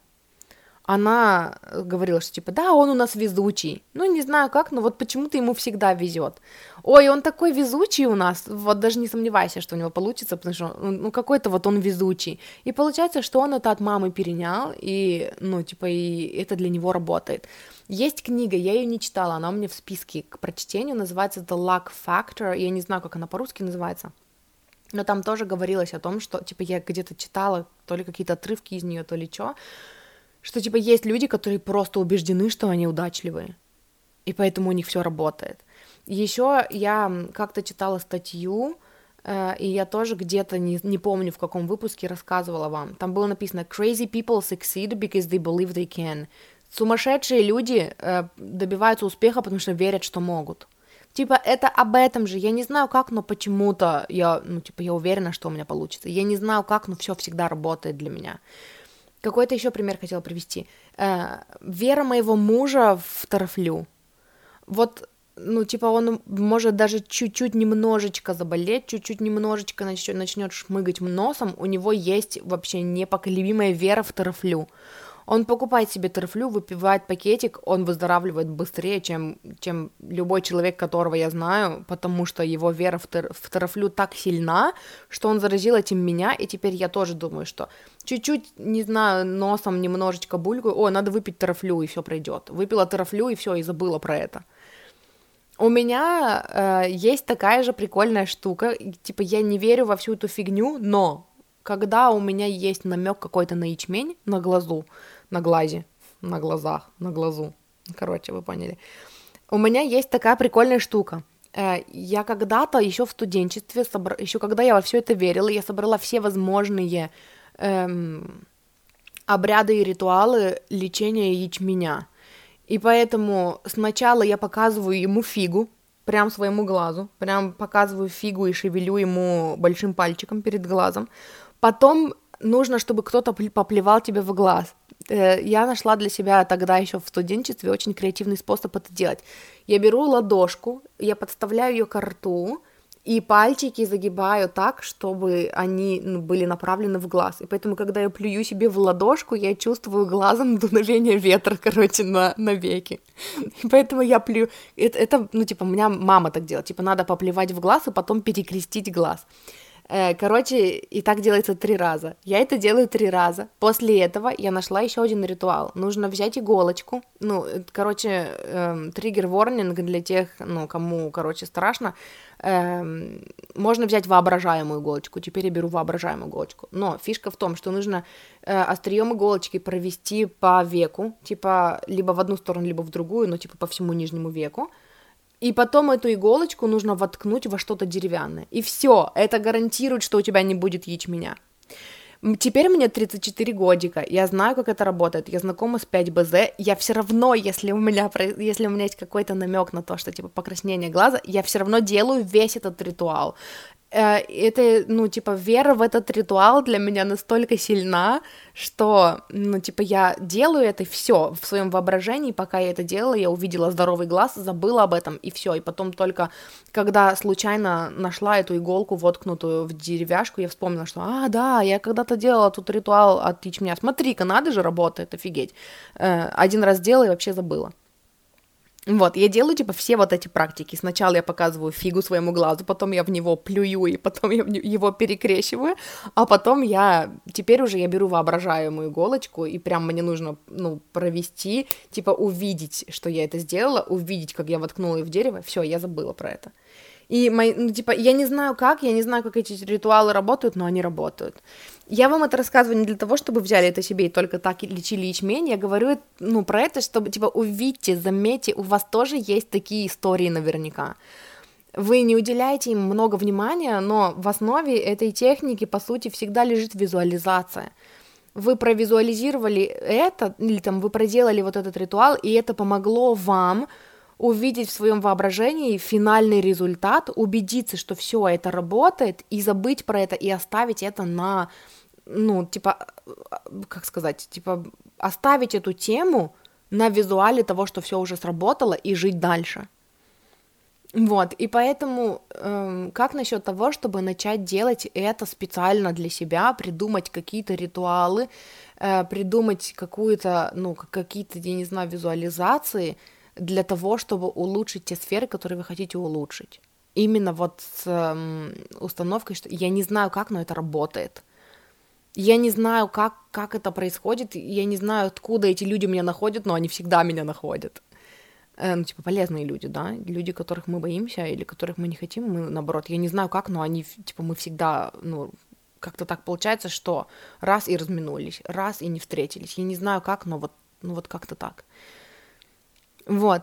Она говорила, что типа, да, он у нас везучий. Ну, не знаю как, но вот почему-то ему всегда везет. Ой, он такой везучий у нас, вот даже не сомневайся, что у него получится, потому что, ну, какой-то вот он везучий. И получается, что он это от мамы перенял, и, ну, типа, и это для него работает. Есть книга, я ее не читала, она у меня в списке к прочтению, называется The Luck Factor, я не знаю, как она по-русски называется. Но там тоже говорилось о том, что, типа, я где-то читала то ли какие-то отрывки из нее, то ли что, что, типа, есть люди, которые просто убеждены, что они удачливые, и поэтому у них все работает. Еще я как-то читала статью, э, и я тоже где-то, не, не помню, в каком выпуске, рассказывала вам. Там было написано «Crazy people succeed because they believe they can». Сумасшедшие люди э, добиваются успеха, потому что верят, что могут. Типа, это об этом же. Я не знаю как, но почему-то я, ну, типа, я уверена, что у меня получится. Я не знаю как, но все всегда работает для меня. Какой-то еще пример хотела привести. Э, вера моего мужа в тарафлю. Вот, ну, типа, он может даже чуть-чуть немножечко заболеть, чуть-чуть немножечко начнет, начнет шмыгать носом, у него есть вообще непоколебимая вера в тарафлю. Он покупает себе тарафлю, выпивает пакетик, он выздоравливает быстрее, чем, чем любой человек, которого я знаю, потому что его вера в, тар- в тарафлю так сильна, что он заразил этим меня, и теперь я тоже думаю, что чуть-чуть, не знаю, носом немножечко булькаю, о, надо выпить тарафлю, и все пройдет. Выпила тарафлю, и все, и забыла про это. У меня э, есть такая же прикольная штука, типа, я не верю во всю эту фигню, но когда у меня есть намек какой-то на ячмень, на глазу, на глазе, на глазах, на глазу, короче, вы поняли, у меня есть такая прикольная штука. Я когда-то еще в студенчестве, собр... еще когда я во все это верила, я собрала все возможные эм, обряды и ритуалы лечения ячменя. И поэтому сначала я показываю ему фигу, прям своему глазу, прям показываю фигу и шевелю ему большим пальчиком перед глазом. Потом нужно, чтобы кто-то поплевал тебе в глаз. Я нашла для себя тогда еще в студенчестве очень креативный способ это делать. Я беру ладошку, я подставляю ее к рту, и пальчики загибаю так, чтобы они, ну, были направлены в глаз. И поэтому, когда я плюю себе в ладошку, я чувствую глазом дуновение ветра, короче, на, на веки. И поэтому я плюю. Это, это, ну, типа, у меня мама так делает. Типа, надо поплевать в глаз и потом перекрестить глаз. Короче, и так делается три раза. Я это делаю три раза. После этого я нашла еще один ритуал. Нужно взять иголочку. Ну, короче, эм, триггер-ворнинг для тех, ну, кому, короче, страшно. Эм, можно взять воображаемую иголочку. Теперь я беру воображаемую иголочку. Но фишка в том, что нужно э, острием иголочки провести по веку. Типа, либо в одну сторону, либо в другую, но типа по всему нижнему веку. И потом эту иголочку нужно воткнуть во что-то деревянное. И все, это гарантирует, что у тебя не будет ячменя. Теперь мне тридцать четыре годика, я знаю, как это работает, я знакома с пять бэ зэ, я все равно, если у меня, если у меня есть какой-то намек на то, что типа покраснение глаза, я все равно делаю весь этот ритуал. Это, ну, типа, вера в этот ритуал для меня настолько сильна, что, ну, типа, я делаю это, и все в своем воображении, пока я это делала, я увидела здоровый глаз, забыла об этом, и все, и потом только, когда случайно нашла эту иголку, воткнутую в деревяшку, я вспомнила, что, а, да, я когда-то делала тут ритуал от ячменя, смотри-ка, надо же, работает, офигеть, один раз делала и вообще забыла. Вот, я делаю, типа, все вот эти практики. Сначала я показываю фигу своему глазу, потом я в него плюю, и потом я его перекрещиваю, а потом я, теперь уже я беру воображаемую иголочку, и прям мне нужно, ну, провести, типа, увидеть, что я это сделала, увидеть, как я воткнула ее в дерево, все, я забыла про это. И, мои, ну, типа, я не знаю как, я не знаю, как эти ритуалы работают, но они работают. Я вам это рассказываю не для того, чтобы взяли это себе и только так лечили ячмень, я говорю, ну, про это, чтобы, типа, увидьте, заметьте, у вас тоже есть такие истории наверняка. Вы не уделяете им много внимания, но в основе этой техники, по сути, всегда лежит визуализация. Вы провизуализировали это, или там вы проделали вот этот ритуал, и это помогло вам увидеть в своем воображении финальный результат, убедиться, что все это работает, и забыть про это, и оставить это на, ну, типа, как сказать, типа, оставить эту тему на визуале того, что все уже сработало, и жить дальше. Вот, и поэтому эм, как насчет того, чтобы начать делать это специально для себя, придумать какие-то ритуалы, э, придумать какую-то, ну, какие-то, я не знаю, визуализации, для того, чтобы улучшить те сферы, которые вы хотите улучшить. Именно вот с эм, установкой, что я не знаю как, но это работает. Я не знаю, как, как это происходит, я не знаю, откуда эти люди меня находят, но они всегда меня находят. Э, ну, типа, полезные люди, да, люди, которых мы боимся или которых мы не хотим, мы, наоборот, я не знаю как, но они, типа, мы всегда, ну, как-то так получается, что раз и разминулись, раз и не встретились. Я не знаю как, но вот, ну, вот как-то так. Вот.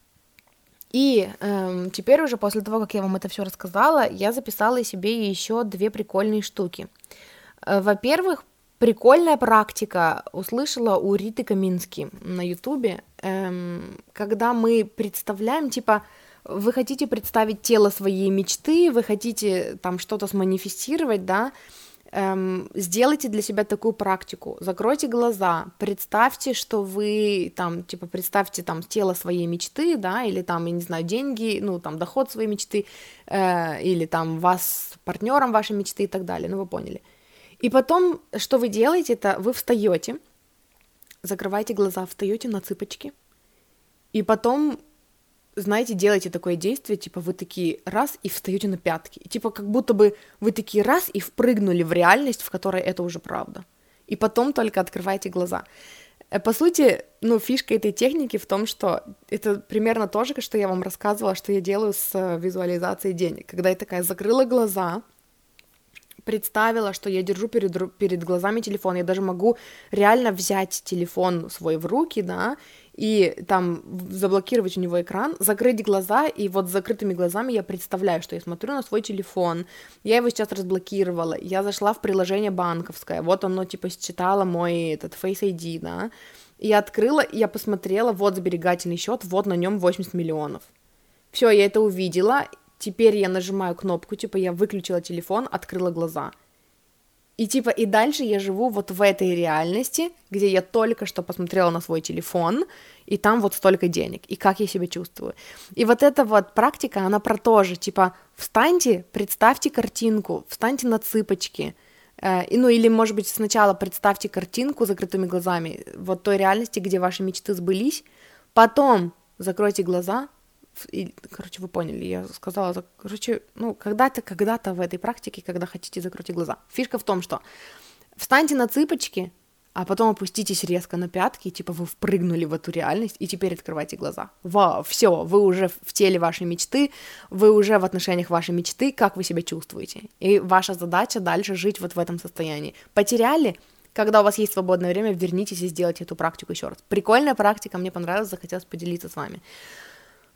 И эм, теперь уже после того, как я вам это все рассказала, я записала себе еще две прикольные штуки. Э, во-первых, прикольная практика услышала у Риты Камински на Ютубе, эм, когда мы представляем, типа, вы хотите представить тело своей мечты, вы хотите там что-то сманифестировать, да, Эм, сделайте для себя такую практику, закройте глаза, представьте, что вы там, типа, представьте там тело своей мечты, да, или там, я не знаю, деньги, ну, там, доход своей мечты, э, или там вас партнером вашей мечты и так далее, ну, вы поняли. И потом, что вы делаете, это вы встаете, закрываете глаза, встаете на цыпочки, и потом, знаете, делаете такое действие, типа вы такие раз и встаете на пятки, и, типа как будто бы вы такие раз и впрыгнули в реальность, в которой это уже правда, и потом только открываете глаза. По сути, ну, фишка этой техники в том, что это примерно то же, что я вам рассказывала, что я делаю с визуализацией денег, когда я такая закрыла глаза, представила, что я держу перед, перед глазами телефон, я даже могу реально взять телефон свой в руки, да, и там заблокировать у него экран, закрыть глаза, и вот с закрытыми глазами я представляю, что я смотрю на свой телефон, я его сейчас разблокировала, я зашла в приложение банковское, вот оно типа считало мой этот Face ай ди, да, и я открыла, и я посмотрела, вот сберегательный счет, вот на нем восемьдесят миллионов. Все, я это увидела. Теперь я нажимаю кнопку, типа, я выключила телефон, открыла глаза. И, типа, и дальше я живу вот в этой реальности, где я только что посмотрела на свой телефон, и там вот столько денег, и как я себя чувствую. И вот эта вот практика, она про то же, типа, встаньте, представьте картинку, встаньте на цыпочки, э, и, ну, или, может быть, сначала представьте картинку закрытыми глазами, вот той реальности, где ваши мечты сбылись, потом закройте глаза. И, короче, вы поняли, я сказала, короче, ну, когда-то, когда-то в этой практике, когда хотите, закройте глаза. Фишка в том, что встаньте на цыпочки, а потом опуститесь резко на пятки, типа вы впрыгнули в эту реальность, и теперь открывайте глаза. Вау, все, вы уже в теле вашей мечты, вы уже в отношениях вашей мечты, как вы себя чувствуете. И ваша задача дальше жить вот в этом состоянии. Потеряли? Когда у вас есть свободное время, вернитесь и сделайте эту практику еще раз. Прикольная практика, мне понравилась, захотелось поделиться с вами.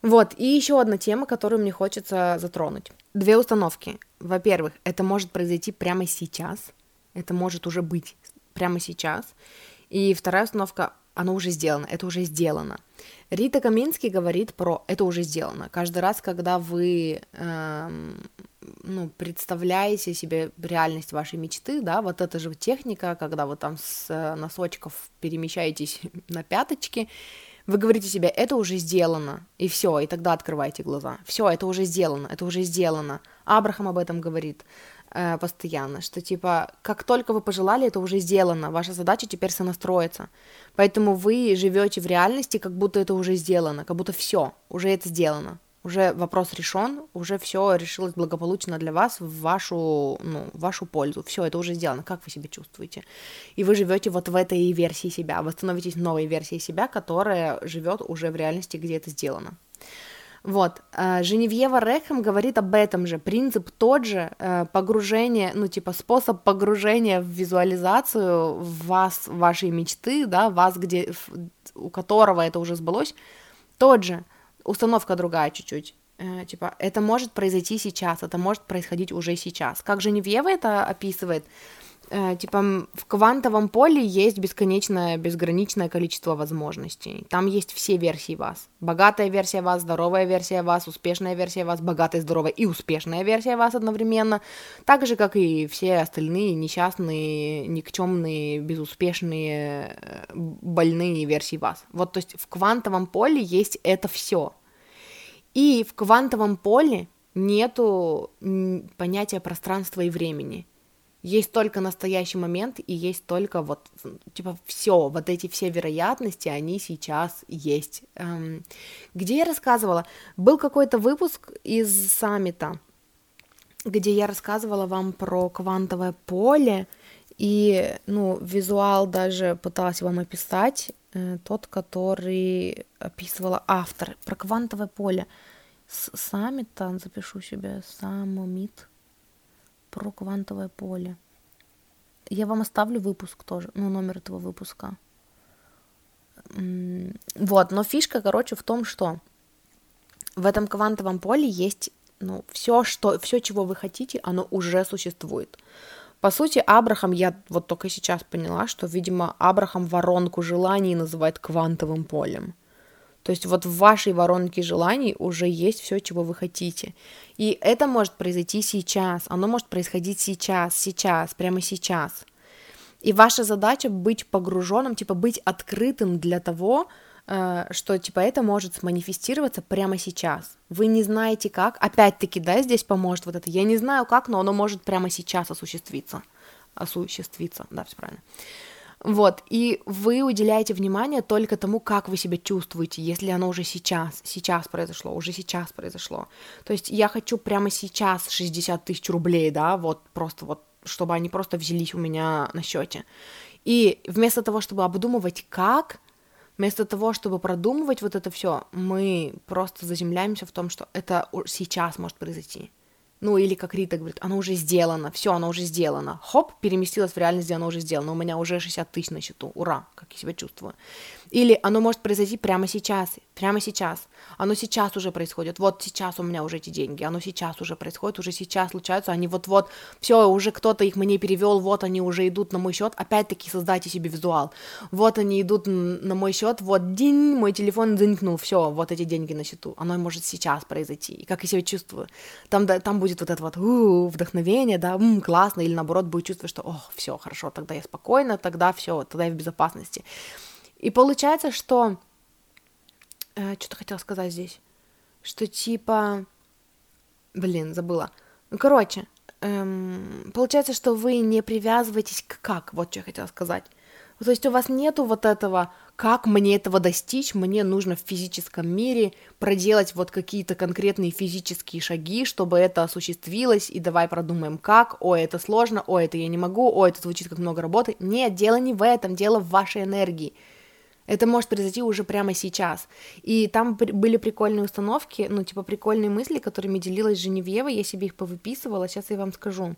Вот, и еще одна тема, которую мне хочется затронуть. Две установки. Во-первых, это может произойти прямо сейчас, это может уже быть прямо сейчас. И вторая установка, оно уже сделано, это уже сделано. Рита Камински говорит про «это уже сделано». Каждый раз, когда вы эм, ну, представляете себе реальность вашей мечты, да, вот эта же техника, когда вы там с носочков перемещаетесь на пяточки, вы говорите себе, это уже сделано, и все, и тогда открывайте глаза. Все, это уже сделано, это уже сделано. Абрахам об этом говорит э, постоянно, что типа, как только вы пожелали, это уже сделано. Ваша задача теперь сонастроиться. Поэтому вы живете в реальности, как будто это уже сделано, как будто все, уже это сделано. Уже вопрос решен, уже все решилось благополучно для вас в вашу, ну, в вашу пользу. Все, это уже сделано. Как вы себя чувствуете? И вы живете вот в этой версии себя. Вы становитесь новой версией себя, которая живет уже в реальности, где это сделано. Вот. Женевьева Рекхэм говорит об этом же. Принцип тот же, погружение, ну, типа, способ погружения в визуализацию в вас, вашей мечты, да, вас, где, у которого это уже сбылось, тот же. Установка другая чуть-чуть, э, типа, это может произойти сейчас, это может происходить уже сейчас. Как Женевьева это описывает, э, типа, в квантовом поле есть бесконечное, безграничное количество возможностей, там есть все версии вас, богатая версия вас, здоровая версия вас, успешная версия вас, богатая, здоровая и успешная версия вас одновременно, так же, как и все остальные несчастные, никчемные, безуспешные, больные версии вас. Вот, то есть в квантовом поле есть это все. И в квантовом поле нету понятия пространства и времени. Есть только настоящий момент, и есть только вот, типа, все, вот эти все вероятности, они сейчас есть. Эм, где я рассказывала? Был какой-то выпуск из саммита, где я рассказывала вам про квантовое поле, и, ну, визуал даже пыталась вам описать, э, тот, который описывала автор, про квантовое поле. С саммита, запишу себе, саммит про квантовое поле. Я вам оставлю выпуск тоже, ну, номер этого выпуска. Вот, но фишка, короче, в том, что в этом квантовом поле есть, ну, все, что, все, чего вы хотите, оно уже существует. По сути, Абрахам, я вот только сейчас поняла, что, видимо, Абрахам воронку желаний называет квантовым полем. То есть вот в вашей воронке желаний уже есть все, чего вы хотите. И это может произойти сейчас, оно может происходить сейчас, сейчас, прямо сейчас. И ваша задача быть погруженным, типа быть открытым для того, что типа это может сманифестироваться прямо сейчас. Вы не знаете как, опять-таки, да, здесь поможет вот это, я не знаю как, но оно может прямо сейчас осуществиться. Осуществиться, да, все правильно. Вот, и вы уделяете внимание только тому, как вы себя чувствуете, если оно уже сейчас, сейчас произошло, уже сейчас произошло. То есть я хочу прямо сейчас шестьдесят тысяч рублей, да, вот просто вот, чтобы они просто взялись у меня на счете. И вместо того, чтобы обдумывать как, вместо того, чтобы продумывать вот это все, мы просто заземляемся в том, что это сейчас может произойти. Ну, или как Рита говорит, оно уже сделано, все, оно уже сделано. Хоп, переместилось в реальность, где оно уже сделано. У меня уже шестьдесят тысяч на счету. Ура, как я себя чувствую. Или оно может произойти прямо сейчас, прямо сейчас. Оно сейчас уже происходит. Вот сейчас у меня уже эти деньги. Оно сейчас уже происходит, уже сейчас случаются. Они вот-вот, все, уже кто-то их мне перевел, вот они уже идут на мой счет. Опять-таки создайте себе визуал. Вот они идут на мой счет, вот день, мой телефон дзынькнул, все, вот эти деньги на счету. Оно может сейчас произойти. И как я себя чувствую. Там, да, там будет вот это вот у-у, вдохновение, да, м, классно, или наоборот будет чувствовать, что, ох, все, хорошо, тогда я спокойна, тогда все, тогда я в безопасности. И получается, что, э, что-то хотела сказать здесь, что типа, блин, забыла, ну, короче, эм, получается, что вы не привязываетесь к как, вот что я хотела сказать. То есть у вас нету вот этого, как мне этого достичь, мне нужно в физическом мире проделать вот какие-то конкретные физические шаги, чтобы это осуществилось, и давай продумаем как, ой, это сложно, ой, это я не могу, ой, это звучит как много работы. Нет, дело не в этом, дело в вашей энергии. Это может произойти уже прямо сейчас. И там были прикольные установки, ну, типа прикольные мысли, которыми делилась Женевьева, я себе их повыписывала, сейчас я вам скажу.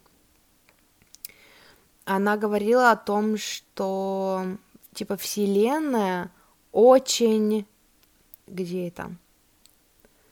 Она говорила о том, что, типа, Вселенная очень... Где это?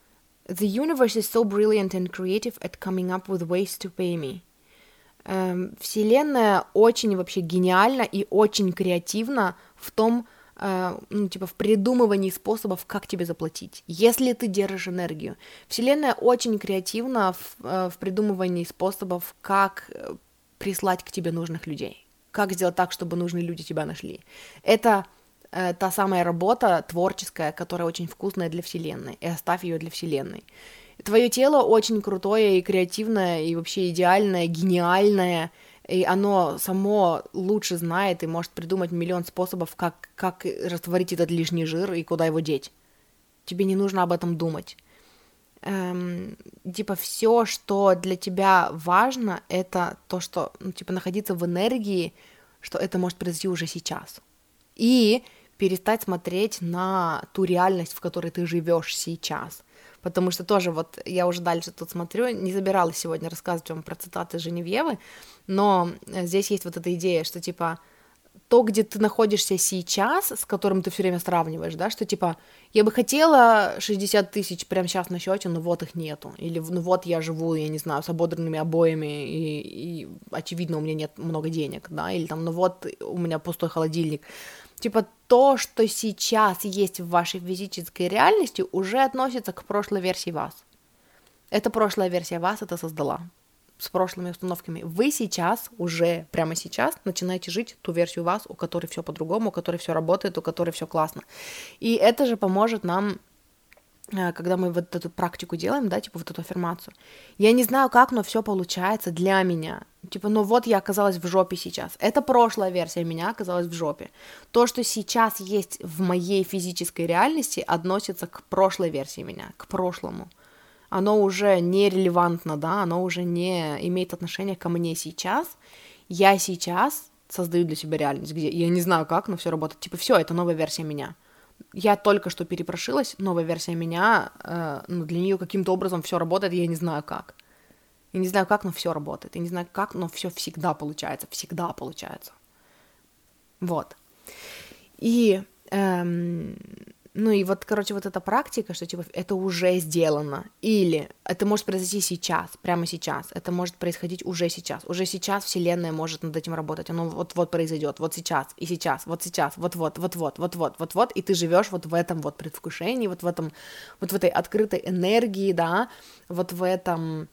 The universe is so brilliant and creative at coming up with ways to pay me. Эм, Вселенная очень вообще гениальна и очень креативна в том, э, ну, типа, в придумывании способов, как тебе заплатить, если ты держишь энергию. Вселенная очень креативна в, э, в придумывании способов, как прислать к тебе нужных людей, как сделать так, чтобы нужные люди тебя нашли. Это э, та самая работа творческая, которая очень вкусная для Вселенной, и оставь ее для Вселенной. Твое тело очень крутое и креативное, и вообще идеальное, гениальное, и оно само лучше знает и может придумать миллион способов, как, как растворить этот лишний жир и куда его деть. Тебе не нужно об этом думать. Эм, типа все, что для тебя важно, это то, что, ну, типа, находиться в энергии, что это может произойти уже сейчас. И перестать смотреть на ту реальность, в которой ты живешь сейчас. Потому что тоже вот я уже дальше тут смотрю, не собиралась сегодня рассказывать вам про цитаты Женевьевы, но здесь есть вот эта идея, что типа то, где ты находишься сейчас, с которым ты все время сравниваешь, да, что типа я бы хотела шестьдесят тысяч прямо сейчас на счете, но вот их нету, или ну вот я живу, я не знаю, с ободранными обоями, и, и очевидно у меня нет много денег, да, или там ну вот у меня пустой холодильник. Типа то, что сейчас есть в вашей физической реальности, уже относится к прошлой версии вас. Эта прошлая версия вас это создала с прошлыми установками. Вы сейчас, уже прямо сейчас начинаете жить ту версию вас, у которой все по-другому, у которой все работает, у которой все классно. И это же поможет нам, когда мы вот эту практику делаем, да, типа вот эту аффирмацию. Я не знаю как, но все получается для меня. Типа, ну вот я оказалась в жопе сейчас. Это прошлая версия меня оказалась в жопе. То, что сейчас есть в моей физической реальности, относится к прошлой версии меня, к прошлому. Оно уже не релевантно, да, оно уже не имеет отношения ко мне сейчас. Я сейчас создаю для себя реальность, где я не знаю как, но все работает. Типа, все, это новая версия меня. Я только что перепрошилась, новая версия меня, э, ну, для нее каким-то образом все работает, я не знаю как. Я не знаю как, но все работает. Я не знаю как, но все всегда получается, всегда получается. Вот. И, эм, ну и вот, короче, вот эта практика, что типа это уже сделано, или это может произойти сейчас, прямо сейчас, это может происходить уже сейчас, уже сейчас Вселенная может над этим работать, оно вот-вот произойдет, вот сейчас, и сейчас, вот сейчас, вот-вот, вот-вот, вот-вот, вот-вот, и ты живешь вот в этом вот предвкушении, вот в этом, вот в этой открытой энергии, да, вот в этом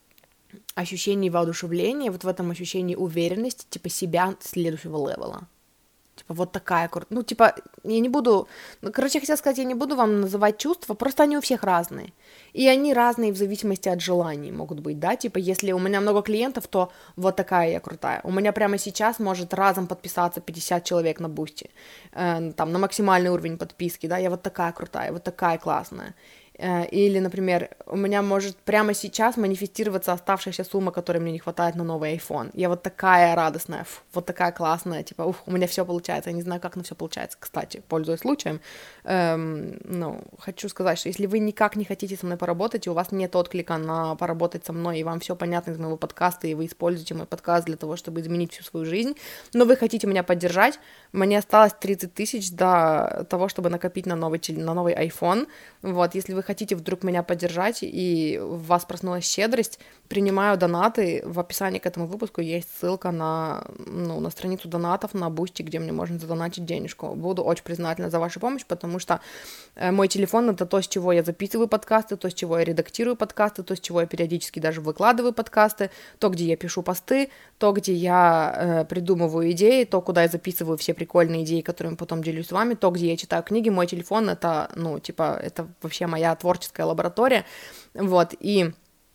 ощущении воодушевления, вот в этом ощущении уверенности, типа себя следующего левела. Типа, вот такая, ну, типа, я не буду, ну, короче, я хотела сказать, я не буду вам называть чувства, просто они у всех разные, и они разные в зависимости от желаний могут быть, да, типа, если у меня много клиентов, то вот такая я крутая, у меня прямо сейчас может разом подписаться пятьдесят человек на Бусти, э, там, на максимальный уровень подписки, да, я вот такая крутая, вот такая классная. Или, например, у меня может прямо сейчас манифестироваться оставшаяся сумма, которой мне не хватает на новый iPhone. Я вот такая радостная, фу, вот такая классная, типа, ух, у меня все получается. Я не знаю, как, но все получается. Кстати, пользуясь случаем, эм, ну, хочу сказать, что если вы никак не хотите со мной поработать, и у вас нет отклика на поработать со мной, и вам все понятно из моего подкаста, и вы используете мой подкаст для того, чтобы изменить всю свою жизнь, но вы хотите меня поддержать, мне осталось тридцать тысяч до того, чтобы накопить на новый, на новый iPhone. Вот, если вы хотите вдруг меня поддержать, и у вас проснулась щедрость, принимаю донаты. В описании к этому выпуску есть ссылка на, ну, на страницу донатов на Бусти, где мне можно задонатить денежку. Буду очень признательна за вашу помощь, потому что э, мой телефон — это то, с чего я записываю подкасты, то, с чего я редактирую подкасты, то, с чего я периодически даже выкладываю подкасты, то, где я пишу посты, то, где я э, придумываю идеи, то, куда я записываю все прикольные идеи, которыми потом делюсь с вами, то, где я читаю книги. Мой телефон — это, ну, типа, это вообще моя творческая лаборатория, вот, и,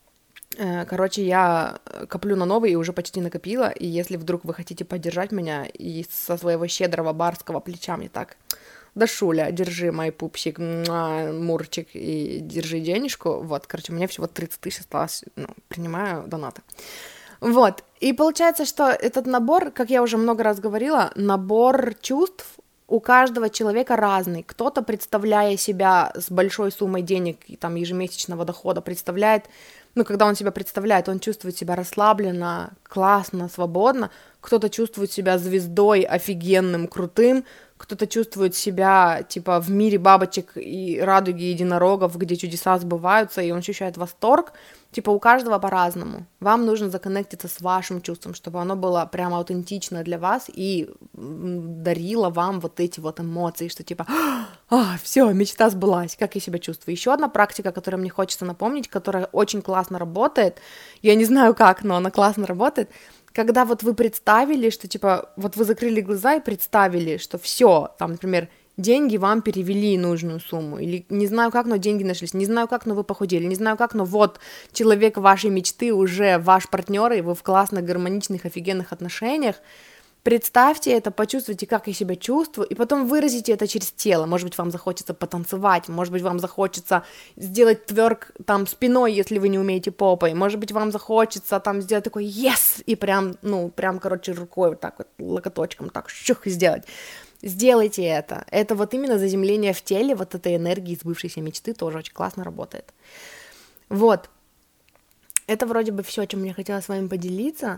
э, короче, я коплю на новый и уже почти накопила, и если вдруг вы хотите поддержать меня и со своего щедрого барского плеча мне так: Дашуля, держи, мой пупсик, мурчик, и держи денежку, вот, короче, у меня всего тридцать тысяч осталось, ну, принимаю донаты. Вот, и получается, что этот набор, как я уже много раз говорила, набор чувств у каждого человека разный. Кто-то, представляя себя с большой суммой денег, там, ежемесячного дохода, представляет, ну, когда он себя представляет, он чувствует себя расслабленно, классно, свободно. кто-то чувствует себя звездой, офигенным, крутым, кто-то чувствует себя, типа, в мире бабочек и радуги единорогов, где чудеса сбываются, и он ощущает восторг. Типа, у каждого по-разному. Вам нужно законнектиться с вашим чувством, чтобы оно было прямо аутентично для вас и дарило вам вот эти вот эмоции, что типа, а, все, мечта сбылась, как я себя чувствую. Еще одна практика, которую мне хочется напомнить, которая очень классно работает, я не знаю как, но она классно работает, когда вот вы представили, что, типа, вот вы закрыли глаза и представили, что все, там, например, деньги вам перевели нужную сумму, или не знаю как, но деньги нашлись, не знаю как, но вы похудели, не знаю как, но вот человек вашей мечты уже ваш партнер, и вы в классных, гармоничных, офигенных отношениях. Представьте это, почувствуйте, как я себя чувствую, и потом выразите это через тело. Может быть, вам захочется потанцевать, может быть, вам захочется сделать тверк там спиной, если вы не умеете попой, может быть, вам захочется там сделать такой yes, и прям, ну, прям, короче, рукой вот так вот, локоточком так щух сделать. Сделайте это. Это вот именно заземление в теле, вот этой энергии сбывшейся мечты тоже очень классно работает. Вот. Это вроде бы все, о чем я хотела с вами поделиться.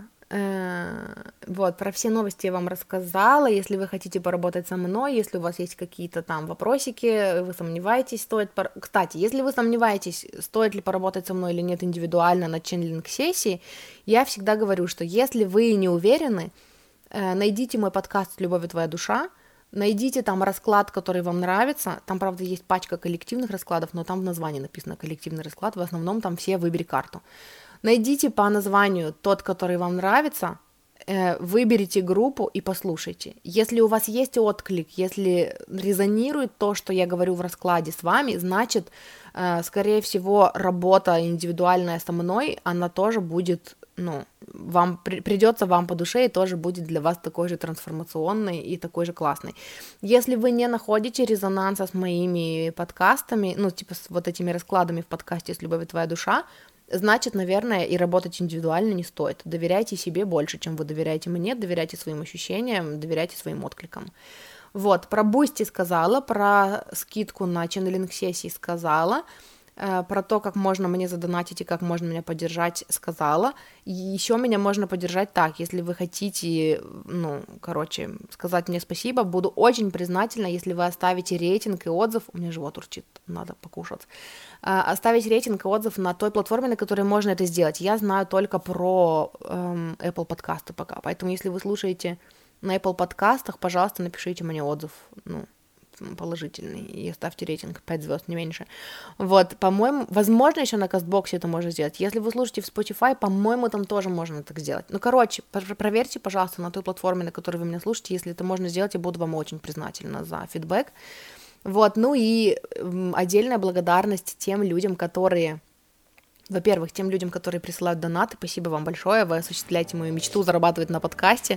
Вот, про все новости я вам рассказала. Если вы хотите поработать со мной, если у вас есть какие-то там вопросики, вы сомневаетесь, стоит... Пор... Кстати, если вы сомневаетесь, стоит ли поработать со мной или нет индивидуально на ченнелинг-сессии, я всегда говорю, что если вы не уверены, найдите мой подкаст «Любовь и твоя душа», найдите там расклад, который вам нравится. Там, правда, есть пачка коллективных раскладов, но там в названии написано «коллективный расклад». В основном там все «выбери карту». Найдите по названию тот, который вам нравится, э, выберите группу и послушайте. Если у вас есть отклик, если резонирует то, что я говорю в раскладе с вами, значит, э, скорее всего, работа индивидуальная со мной, она тоже будет, ну, вам при, придется вам по душе и тоже будет для вас такой же трансформационной и такой же классной. Если вы не находите резонанса с моими подкастами, ну, типа с вот этими раскладами в подкасте «С любовью твоя душа», значит, наверное, и работать индивидуально не стоит. Доверяйте себе больше, чем вы доверяете мне, доверяйте своим ощущениям, доверяйте своим откликам. Вот, про Бусти сказала, про скидку на ченнелинг-сессии сказала, про то, как можно мне задонатить и как можно меня поддержать, сказала. И еще меня можно поддержать так, если вы хотите, ну, короче, сказать мне спасибо, буду очень признательна, если вы оставите рейтинг и отзыв, у меня живот урчит, надо покушать, оставить рейтинг и отзыв на той платформе, на которой можно это сделать. Я знаю только про эм, Apple подкасты пока, поэтому если вы слушаете на Apple подкастах, пожалуйста, напишите мне отзыв, ну, положительный, и оставьте рейтинг пять звезд, не меньше. Вот, по-моему, возможно, еще на Кастбоксе это можно сделать. Если вы слушаете в Spotify, по-моему, там тоже можно так сделать. Ну, короче, проверьте, пожалуйста, на той платформе, на которой вы меня слушаете. Если это можно сделать, я буду вам очень признательна за фидбэк. Вот, ну и отдельная благодарность тем людям, которые... Во-первых, тем людям, которые присылают донаты, спасибо вам большое, вы осуществляете мою мечту зарабатывать на подкасте,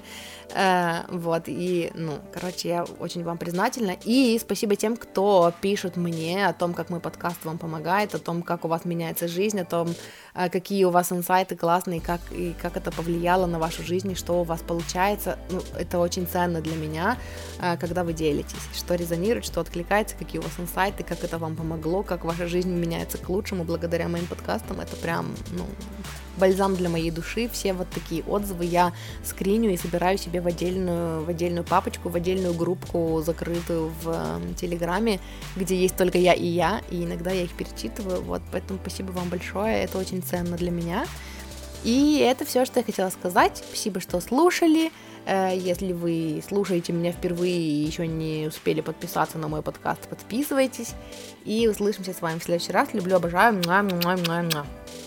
э, вот, и, ну, короче, я очень вам признательна, и спасибо тем, кто пишет мне о том, как мой подкаст вам помогает, о том, как у вас меняется жизнь, о том, э, какие у вас инсайты классные, как, и как это повлияло на вашу жизнь, и что у вас получается, ну, это очень ценно для меня, э, когда вы делитесь, что резонирует, что откликается, какие у вас инсайты, как это вам помогло, как ваша жизнь меняется к лучшему благодаря моим подкастам. Это прям, ну, бальзам для моей души. Все вот такие отзывы я скриню и собираю себе в отдельную, в отдельную папочку, в отдельную группку, закрытую в э, Телеграме, где есть только я и я, и иногда я их перечитываю. Вот, поэтому спасибо вам большое, это очень ценно для меня. И это все, что я хотела сказать. Спасибо, что слушали. Если вы слушаете меня впервые и еще не успели подписаться на мой подкаст, подписывайтесь. И услышимся с вами в следующий раз. Люблю, обожаю. Муа, муа, муа, муа.